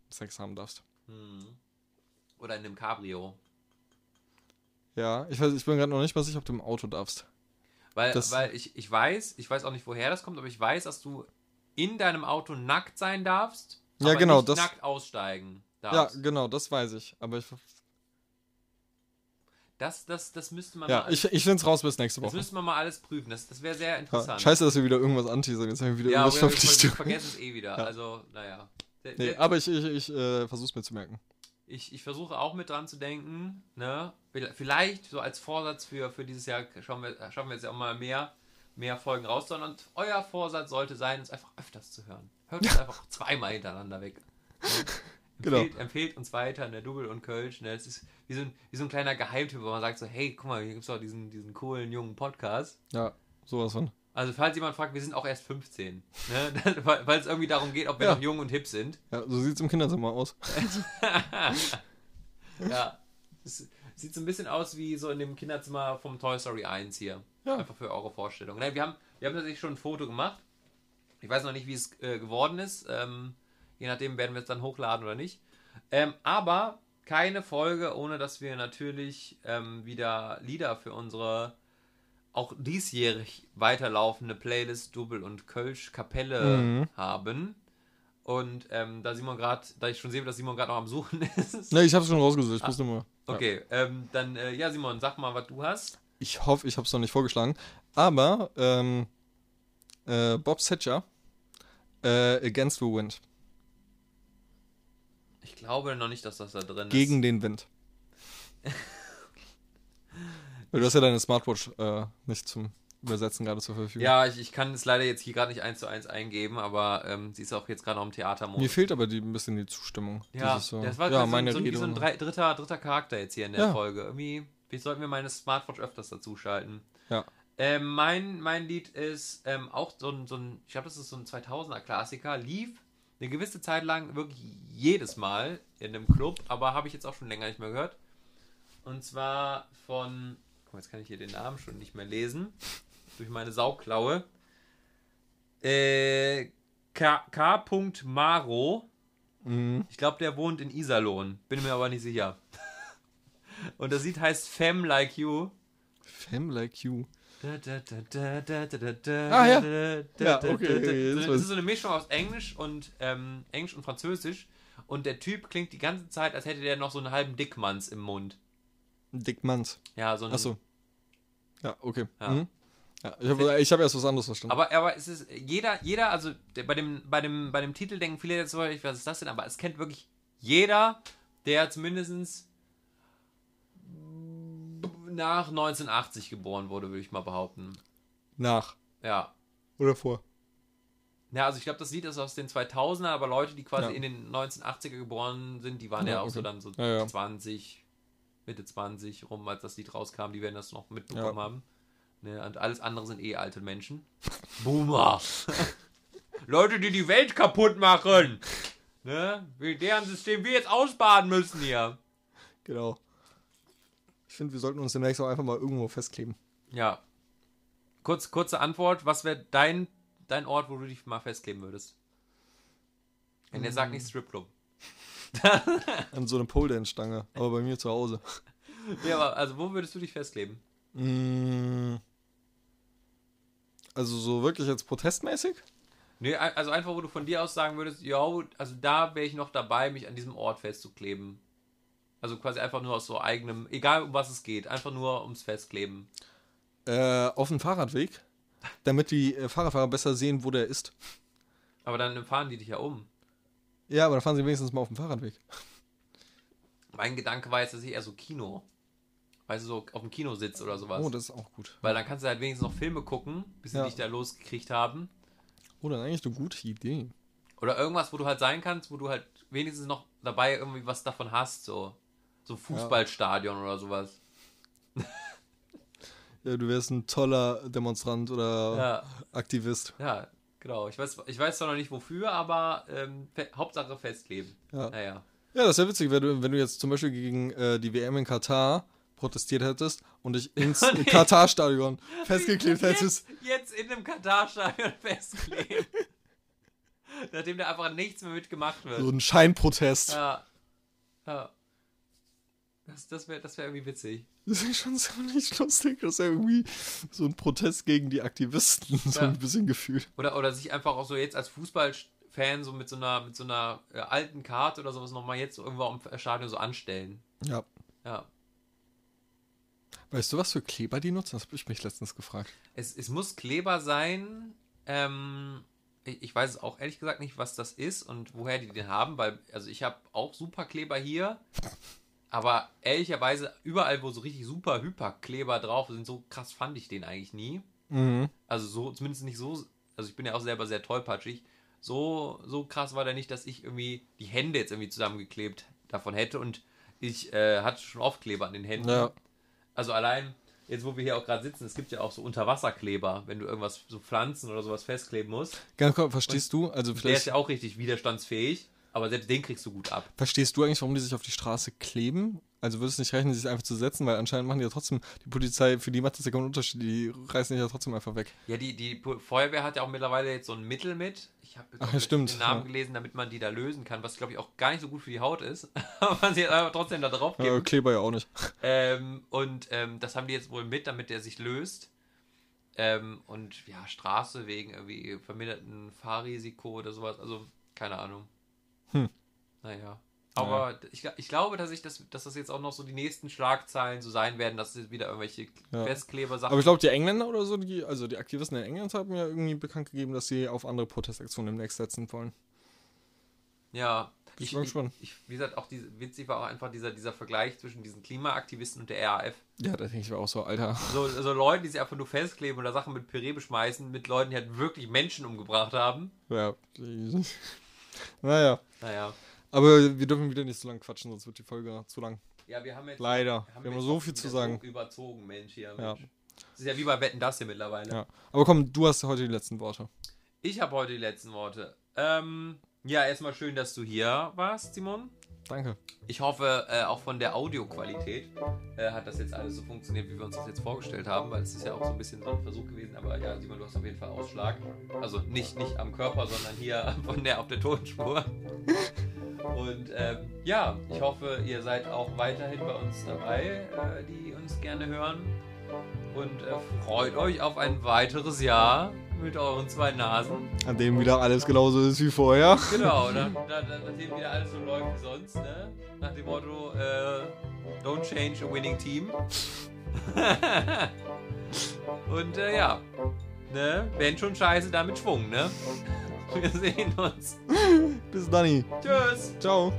Sex haben darfst. Hm. Oder in einem Cabrio. Ja, ich weiß, ich bin gerade noch nicht mal sicher, ob du im Auto darfst. Weil, Das- weil ich, ich weiß, ich weiß auch nicht, woher das kommt, aber ich weiß, dass du in deinem Auto nackt sein darfst, Ja, aber genau, nicht das- nackt aussteigen Ja, darfst. genau, das weiß ich. Aber ich, Das, das, das müsste man ja, mal, ich, ich finde es raus bis nächste das Woche. müsste man mal alles prüfen. Das, das wäre sehr Ja, interessant. scheiße, dass wir wieder irgendwas anteasern. Jetzt haben wir wieder Ja, aber irgendwas wir, wir, verpflichtet. wir vergessen es eh wieder. Ja. Also, naja. Der, Nee, der, aber ich, ich, ich äh, versuch's mir zu merken. ich, ich versuche auch mit dran zu denken, ne? Vielleicht so als Vorsatz für, für dieses Jahr schauen wir, schaffen wir jetzt ja auch mal mehr, mehr Folgen rauszuhauen. Und euer Vorsatz sollte sein, uns einfach öfters zu hören. Hört uns einfach zweimal hintereinander weg. Ne? Genau. Empfehlt, empfehlt uns weiter, ne, Double und Kölsch. Ne? Das ist wie so, ein, wie so ein kleiner Geheimtipp, wo man sagt so, hey, guck mal, hier gibt es doch diesen, diesen coolen jungen Podcast. Ja, sowas von. Also falls jemand fragt, wir sind auch erst fünfzehn. Ne? Weil es irgendwie darum geht, ob wir Ja. noch jung und hip sind. Ja, so sieht's im Kinderzimmer aus. Ja. Es sieht so ein bisschen aus wie so in dem Kinderzimmer vom Toy Story eins hier. Ja. Einfach für eure Vorstellung. Nein, wir haben, wir haben tatsächlich schon ein Foto gemacht. Ich weiß noch nicht, wie es äh, geworden ist. Ähm, je nachdem werden wir es dann hochladen oder nicht. Ähm, aber keine Folge, ohne dass wir natürlich ähm, wieder Lieder für unsere auch diesjährig weiterlaufende Playlist Double und Kölsch Kapelle Mhm. haben. Und ähm, da Simon gerade, da ich schon sehe, dass Simon gerade noch am Suchen ist. Ne, ich hab's schon rausgesucht. Ich muss nur mal. Ja. Okay, ähm, dann, äh, ja, Simon, sag mal, was du hast. Ich hoffe, ich hab's noch nicht vorgeschlagen. Aber, ähm, äh, Bob Seger, äh, Against the Wind. Ich glaube noch nicht, dass das da drin Gegen ist. den Wind. Weil du hast ja deine Smartwatch äh, nicht zum Übersetzen gerade zur Verfügung. Ja, ich, ich kann es leider jetzt hier gerade nicht eins zu eins eingeben, aber ähm, sie ist auch jetzt gerade noch im Theatermodus. Mir fehlt aber die, ein bisschen die Zustimmung. Ja, Dieses so, das war ja, so, meine so, so, wie Rede. so ein und- drei, dritter, dritter Charakter jetzt hier in der Ja. Folge. Irgendwie, wie sollten wir meine Smartwatch öfters dazu schalten? Ja. Ähm, mein, mein Lied ist ähm, auch so ein, so ein, ich glaube, das ist so ein zweitausender Klassiker, lief eine gewisse Zeit lang wirklich jedes Mal in einem Club, aber habe ich jetzt auch schon länger nicht mehr gehört. Und zwar von, guck mal, jetzt kann ich hier den Namen schon nicht mehr lesen, durch meine Sauklaue. Äh, K. K. Maro. Mhm. Ich glaube, der wohnt in Iserlohn, bin mir aber nicht sicher. Und das Lied heißt Femme Like You. Femme Like You. Ah Ah, ja. Ja, Ja, okay, jetzt Das weiß ist so eine Mischung aus Englisch und ähm, Englisch und Französisch. Und der Typ klingt die ganze Zeit, als hätte der noch so einen halben Dickmanns im Mund. Dick Manns. Ja, so ein. Achso. Ja, okay. Ja. Mhm. Ja, ich habe ich hab erst was anderes verstanden. Aber, aber es ist jeder, jeder, also der, bei dem, bei dem, bei dem Titel denken viele jetzt so, ich was ist das denn? Aber es kennt wirklich jeder, der zumindest nach neunzehnhundertachtzig geboren wurde, würde ich mal behaupten. Nach. Ja. Oder vor. Ja, also ich glaube, das Lied ist aus den zweitausender, aber Leute, die quasi Ja. in den neunzehnhundertachtziger geboren sind, die waren ja, Ja, auch okay. so dann so Ja, ja. zwanzig, Mitte zwanzig rum, als das Lied rauskam, die werden das noch mitbekommen Ja. haben. Ne, und alles andere sind eh alte Menschen. Boomer! Leute, die die Welt kaputt machen! Ne? Wie deren System wir jetzt ausbaden müssen hier. Genau. Ich finde, wir sollten uns demnächst auch einfach mal irgendwo festkleben. Ja. Kurz, kurze Antwort, was wäre dein, dein Ort, wo du dich mal festleben würdest? Wenn der sagt nicht Stripclub. An so eine Pole-Dance-Stange. Aber bei mir zu Hause. Ja, aber also wo würdest du dich festleben? Mm. Also so wirklich jetzt protestmäßig? Nee, also einfach, wo du von dir aus sagen würdest, ja, also da wäre ich noch dabei, mich an diesem Ort festzukleben. Also quasi einfach nur aus so eigenem, egal um was es geht, einfach nur ums Festkleben. Äh, auf dem Fahrradweg. Damit die äh, Fahrradfahrer besser sehen, wo der ist. Aber dann fahren die dich ja um. Ja, aber dann fahren sie wenigstens mal auf dem Fahrradweg. Mein Gedanke war jetzt, dass ich eher so Kino, weißt du, so auf dem Kinositz oder sowas. Oh, das ist auch gut. Weil dann kannst du halt wenigstens noch Filme gucken, bis sie Ja. dich da losgekriegt haben. Oh, dann eigentlich eine gute Idee. Oder irgendwas, wo du halt sein kannst, wo du halt wenigstens noch dabei irgendwie was davon hast, so. So Fußballstadion oder sowas. Ja, du wärst ein toller Demonstrant oder Ja, Aktivist. ja, genau. Ich weiß, ich weiß zwar noch nicht wofür, aber ähm, fe- Hauptsache festkleben. Ja. Naja. Ja, das wäre witzig, wenn du, wenn du jetzt zum Beispiel gegen äh, die W M in Katar protestiert hättest und dich ins Nee. Katar-Stadion festgeklebt hättest. Jetzt, jetzt in einem Katar-Stadion festkleben. Nachdem da einfach nichts mehr mitgemacht wird. So ein Scheinprotest. Ja. Ja. Das, das wäre das wär irgendwie witzig. Das ist schon ziemlich lustig, dass er irgendwie so ein Protest gegen die Aktivisten so Ja. ein bisschen gefühlt. Oder, oder sich einfach auch so jetzt als Fußballfan so mit so einer, mit so einer äh, alten Karte oder sowas nochmal jetzt so irgendwo am Stadion so anstellen. Ja. Ja. Weißt du, was für Kleber die nutzen? Das habe ich mich letztens gefragt. Es, es muss Kleber sein. Ähm, ich, ich weiß es auch ehrlich gesagt nicht, was das ist und woher die den haben, weil, also ich habe auch Superkleber hier, aber ehrlicherweise überall, wo so richtig super Hyperkleber drauf sind, so krass fand ich den eigentlich nie. Mhm. Also so, zumindest nicht so, also ich bin ja auch selber sehr tollpatschig. So, so krass war der nicht, dass ich irgendwie die Hände jetzt irgendwie zusammengeklebt davon hätte und ich äh, hatte schon oft Kleber an den Händen. Ja. Also allein, jetzt wo wir hier auch gerade sitzen, es gibt ja auch so Unterwasserkleber, wenn du irgendwas, so Pflanzen oder sowas festkleben musst. Ganz kurz, verstehst du? Also Der ist vielleicht ja auch richtig widerstandsfähig, aber selbst den kriegst du gut ab. verstehst du eigentlich, warum die sich auf die Straße kleben? Also würde es nicht reichen, sich einfach zu setzen, weil anscheinend machen die ja trotzdem, die Polizei, für die macht das ja keinen Unterschied, die reißen dich ja trotzdem einfach weg. Ja, die, die Po- Feuerwehr hat ja auch mittlerweile jetzt so ein Mittel mit. Ich habe Ach ja, stimmt, den Namen ja. gelesen, damit man die da lösen kann, was glaube ich auch gar nicht so gut für die Haut ist. Aber man sie einfach trotzdem da drauf Ja, geben. Kleber ja auch nicht. Ähm, und ähm, das haben die jetzt wohl mit, damit der sich löst. Ähm, und ja, Straße wegen irgendwie verminderten Fahrrisiko oder sowas. Also, keine Ahnung. Hm. Naja. Aber ich, ich glaube, dass, ich das, dass das jetzt auch noch so die nächsten Schlagzeilen so sein werden, dass es wieder irgendwelche Ja. Festkleber-Sachen. Aber ich glaube, die Engländer oder so, die, also die Aktivisten in England haben ja irgendwie bekannt gegeben, dass sie auf andere Protestaktionen demnächst setzen wollen. Ja. Bin Ich, mal ich, gespannt. ich, wie gesagt, auch diese, witzig war auch einfach dieser, dieser Vergleich zwischen diesen Klimaaktivisten und der R A F. Ja, da denke ich mir auch so, Alter. So, so Leute, die sich einfach nur festkleben oder Sachen mit Püree beschmeißen, mit Leuten, die halt wirklich Menschen umgebracht haben. Ja. die- Naja. Naja. Aber wir dürfen wieder nicht so lang quatschen, sonst wird die Folge zu lang. Ja, wir haben jetzt. Leider. Wir haben jetzt so auch viel wieder zu sagen. So überzogen, Mensch, hier. Ja. Mensch. Das ist ja wie bei Wetten, das hier mittlerweile. Ja. Aber komm, du hast heute die letzten Worte. Ich habe heute die letzten Worte. Ähm, ja, erstmal schön, dass du hier warst, Simon. Danke. Ich hoffe, äh, auch von der Audioqualität äh, hat das jetzt alles so funktioniert, wie wir uns das jetzt vorgestellt haben, weil es ist ja auch so ein bisschen so ein Versuch gewesen, aber ja, Simon, du hast auf jeden Fall Ausschlag. Also nicht, nicht am Körper, sondern hier von der, auf der Tonspur. Und ähm, ja, ich hoffe, ihr seid auch weiterhin bei uns dabei, äh, die uns gerne hören. Und äh, freut euch auf ein weiteres Jahr mit euren zwei Nasen. An dem wieder alles genauso ist wie vorher. Genau, dann, dann, dann, nachdem wieder alles so läuft wie sonst, ne? Nach dem Motto, äh, don't change a winning team. Und äh, ja, ne? Wenn schon scheiße, dann mit Schwung, ne? Wir sehen uns. Bis dann. Tschüss. Ciao.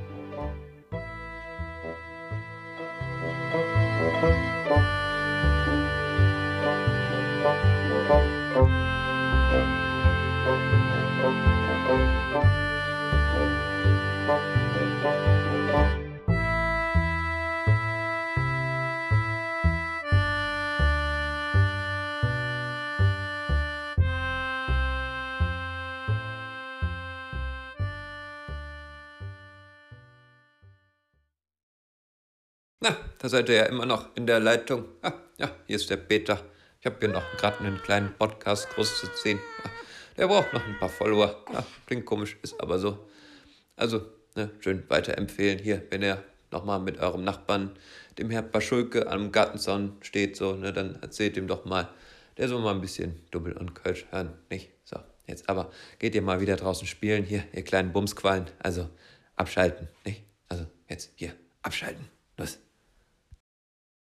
Na, da seid ihr ja immer noch in der Leitung. Ah, ja, hier ist der Peter. Ich habe hier noch gerade einen kleinen Podcast groß zu ziehen. Ja, der braucht noch ein paar Follower. Ja, klingt komisch, ist aber so. Also, ne, schön weiterempfehlen hier, wenn ihr nochmal mit eurem Nachbarn, dem Herr Paschulke, am Gartenzaun steht, so, ne, dann erzählt ihm doch mal, der soll mal ein bisschen Double und Kölsch hören, nicht? So, jetzt aber geht ihr mal wieder draußen spielen, hier, ihr kleinen Bumsquallen. Also, abschalten, nicht? Also, jetzt, hier, abschalten. Los.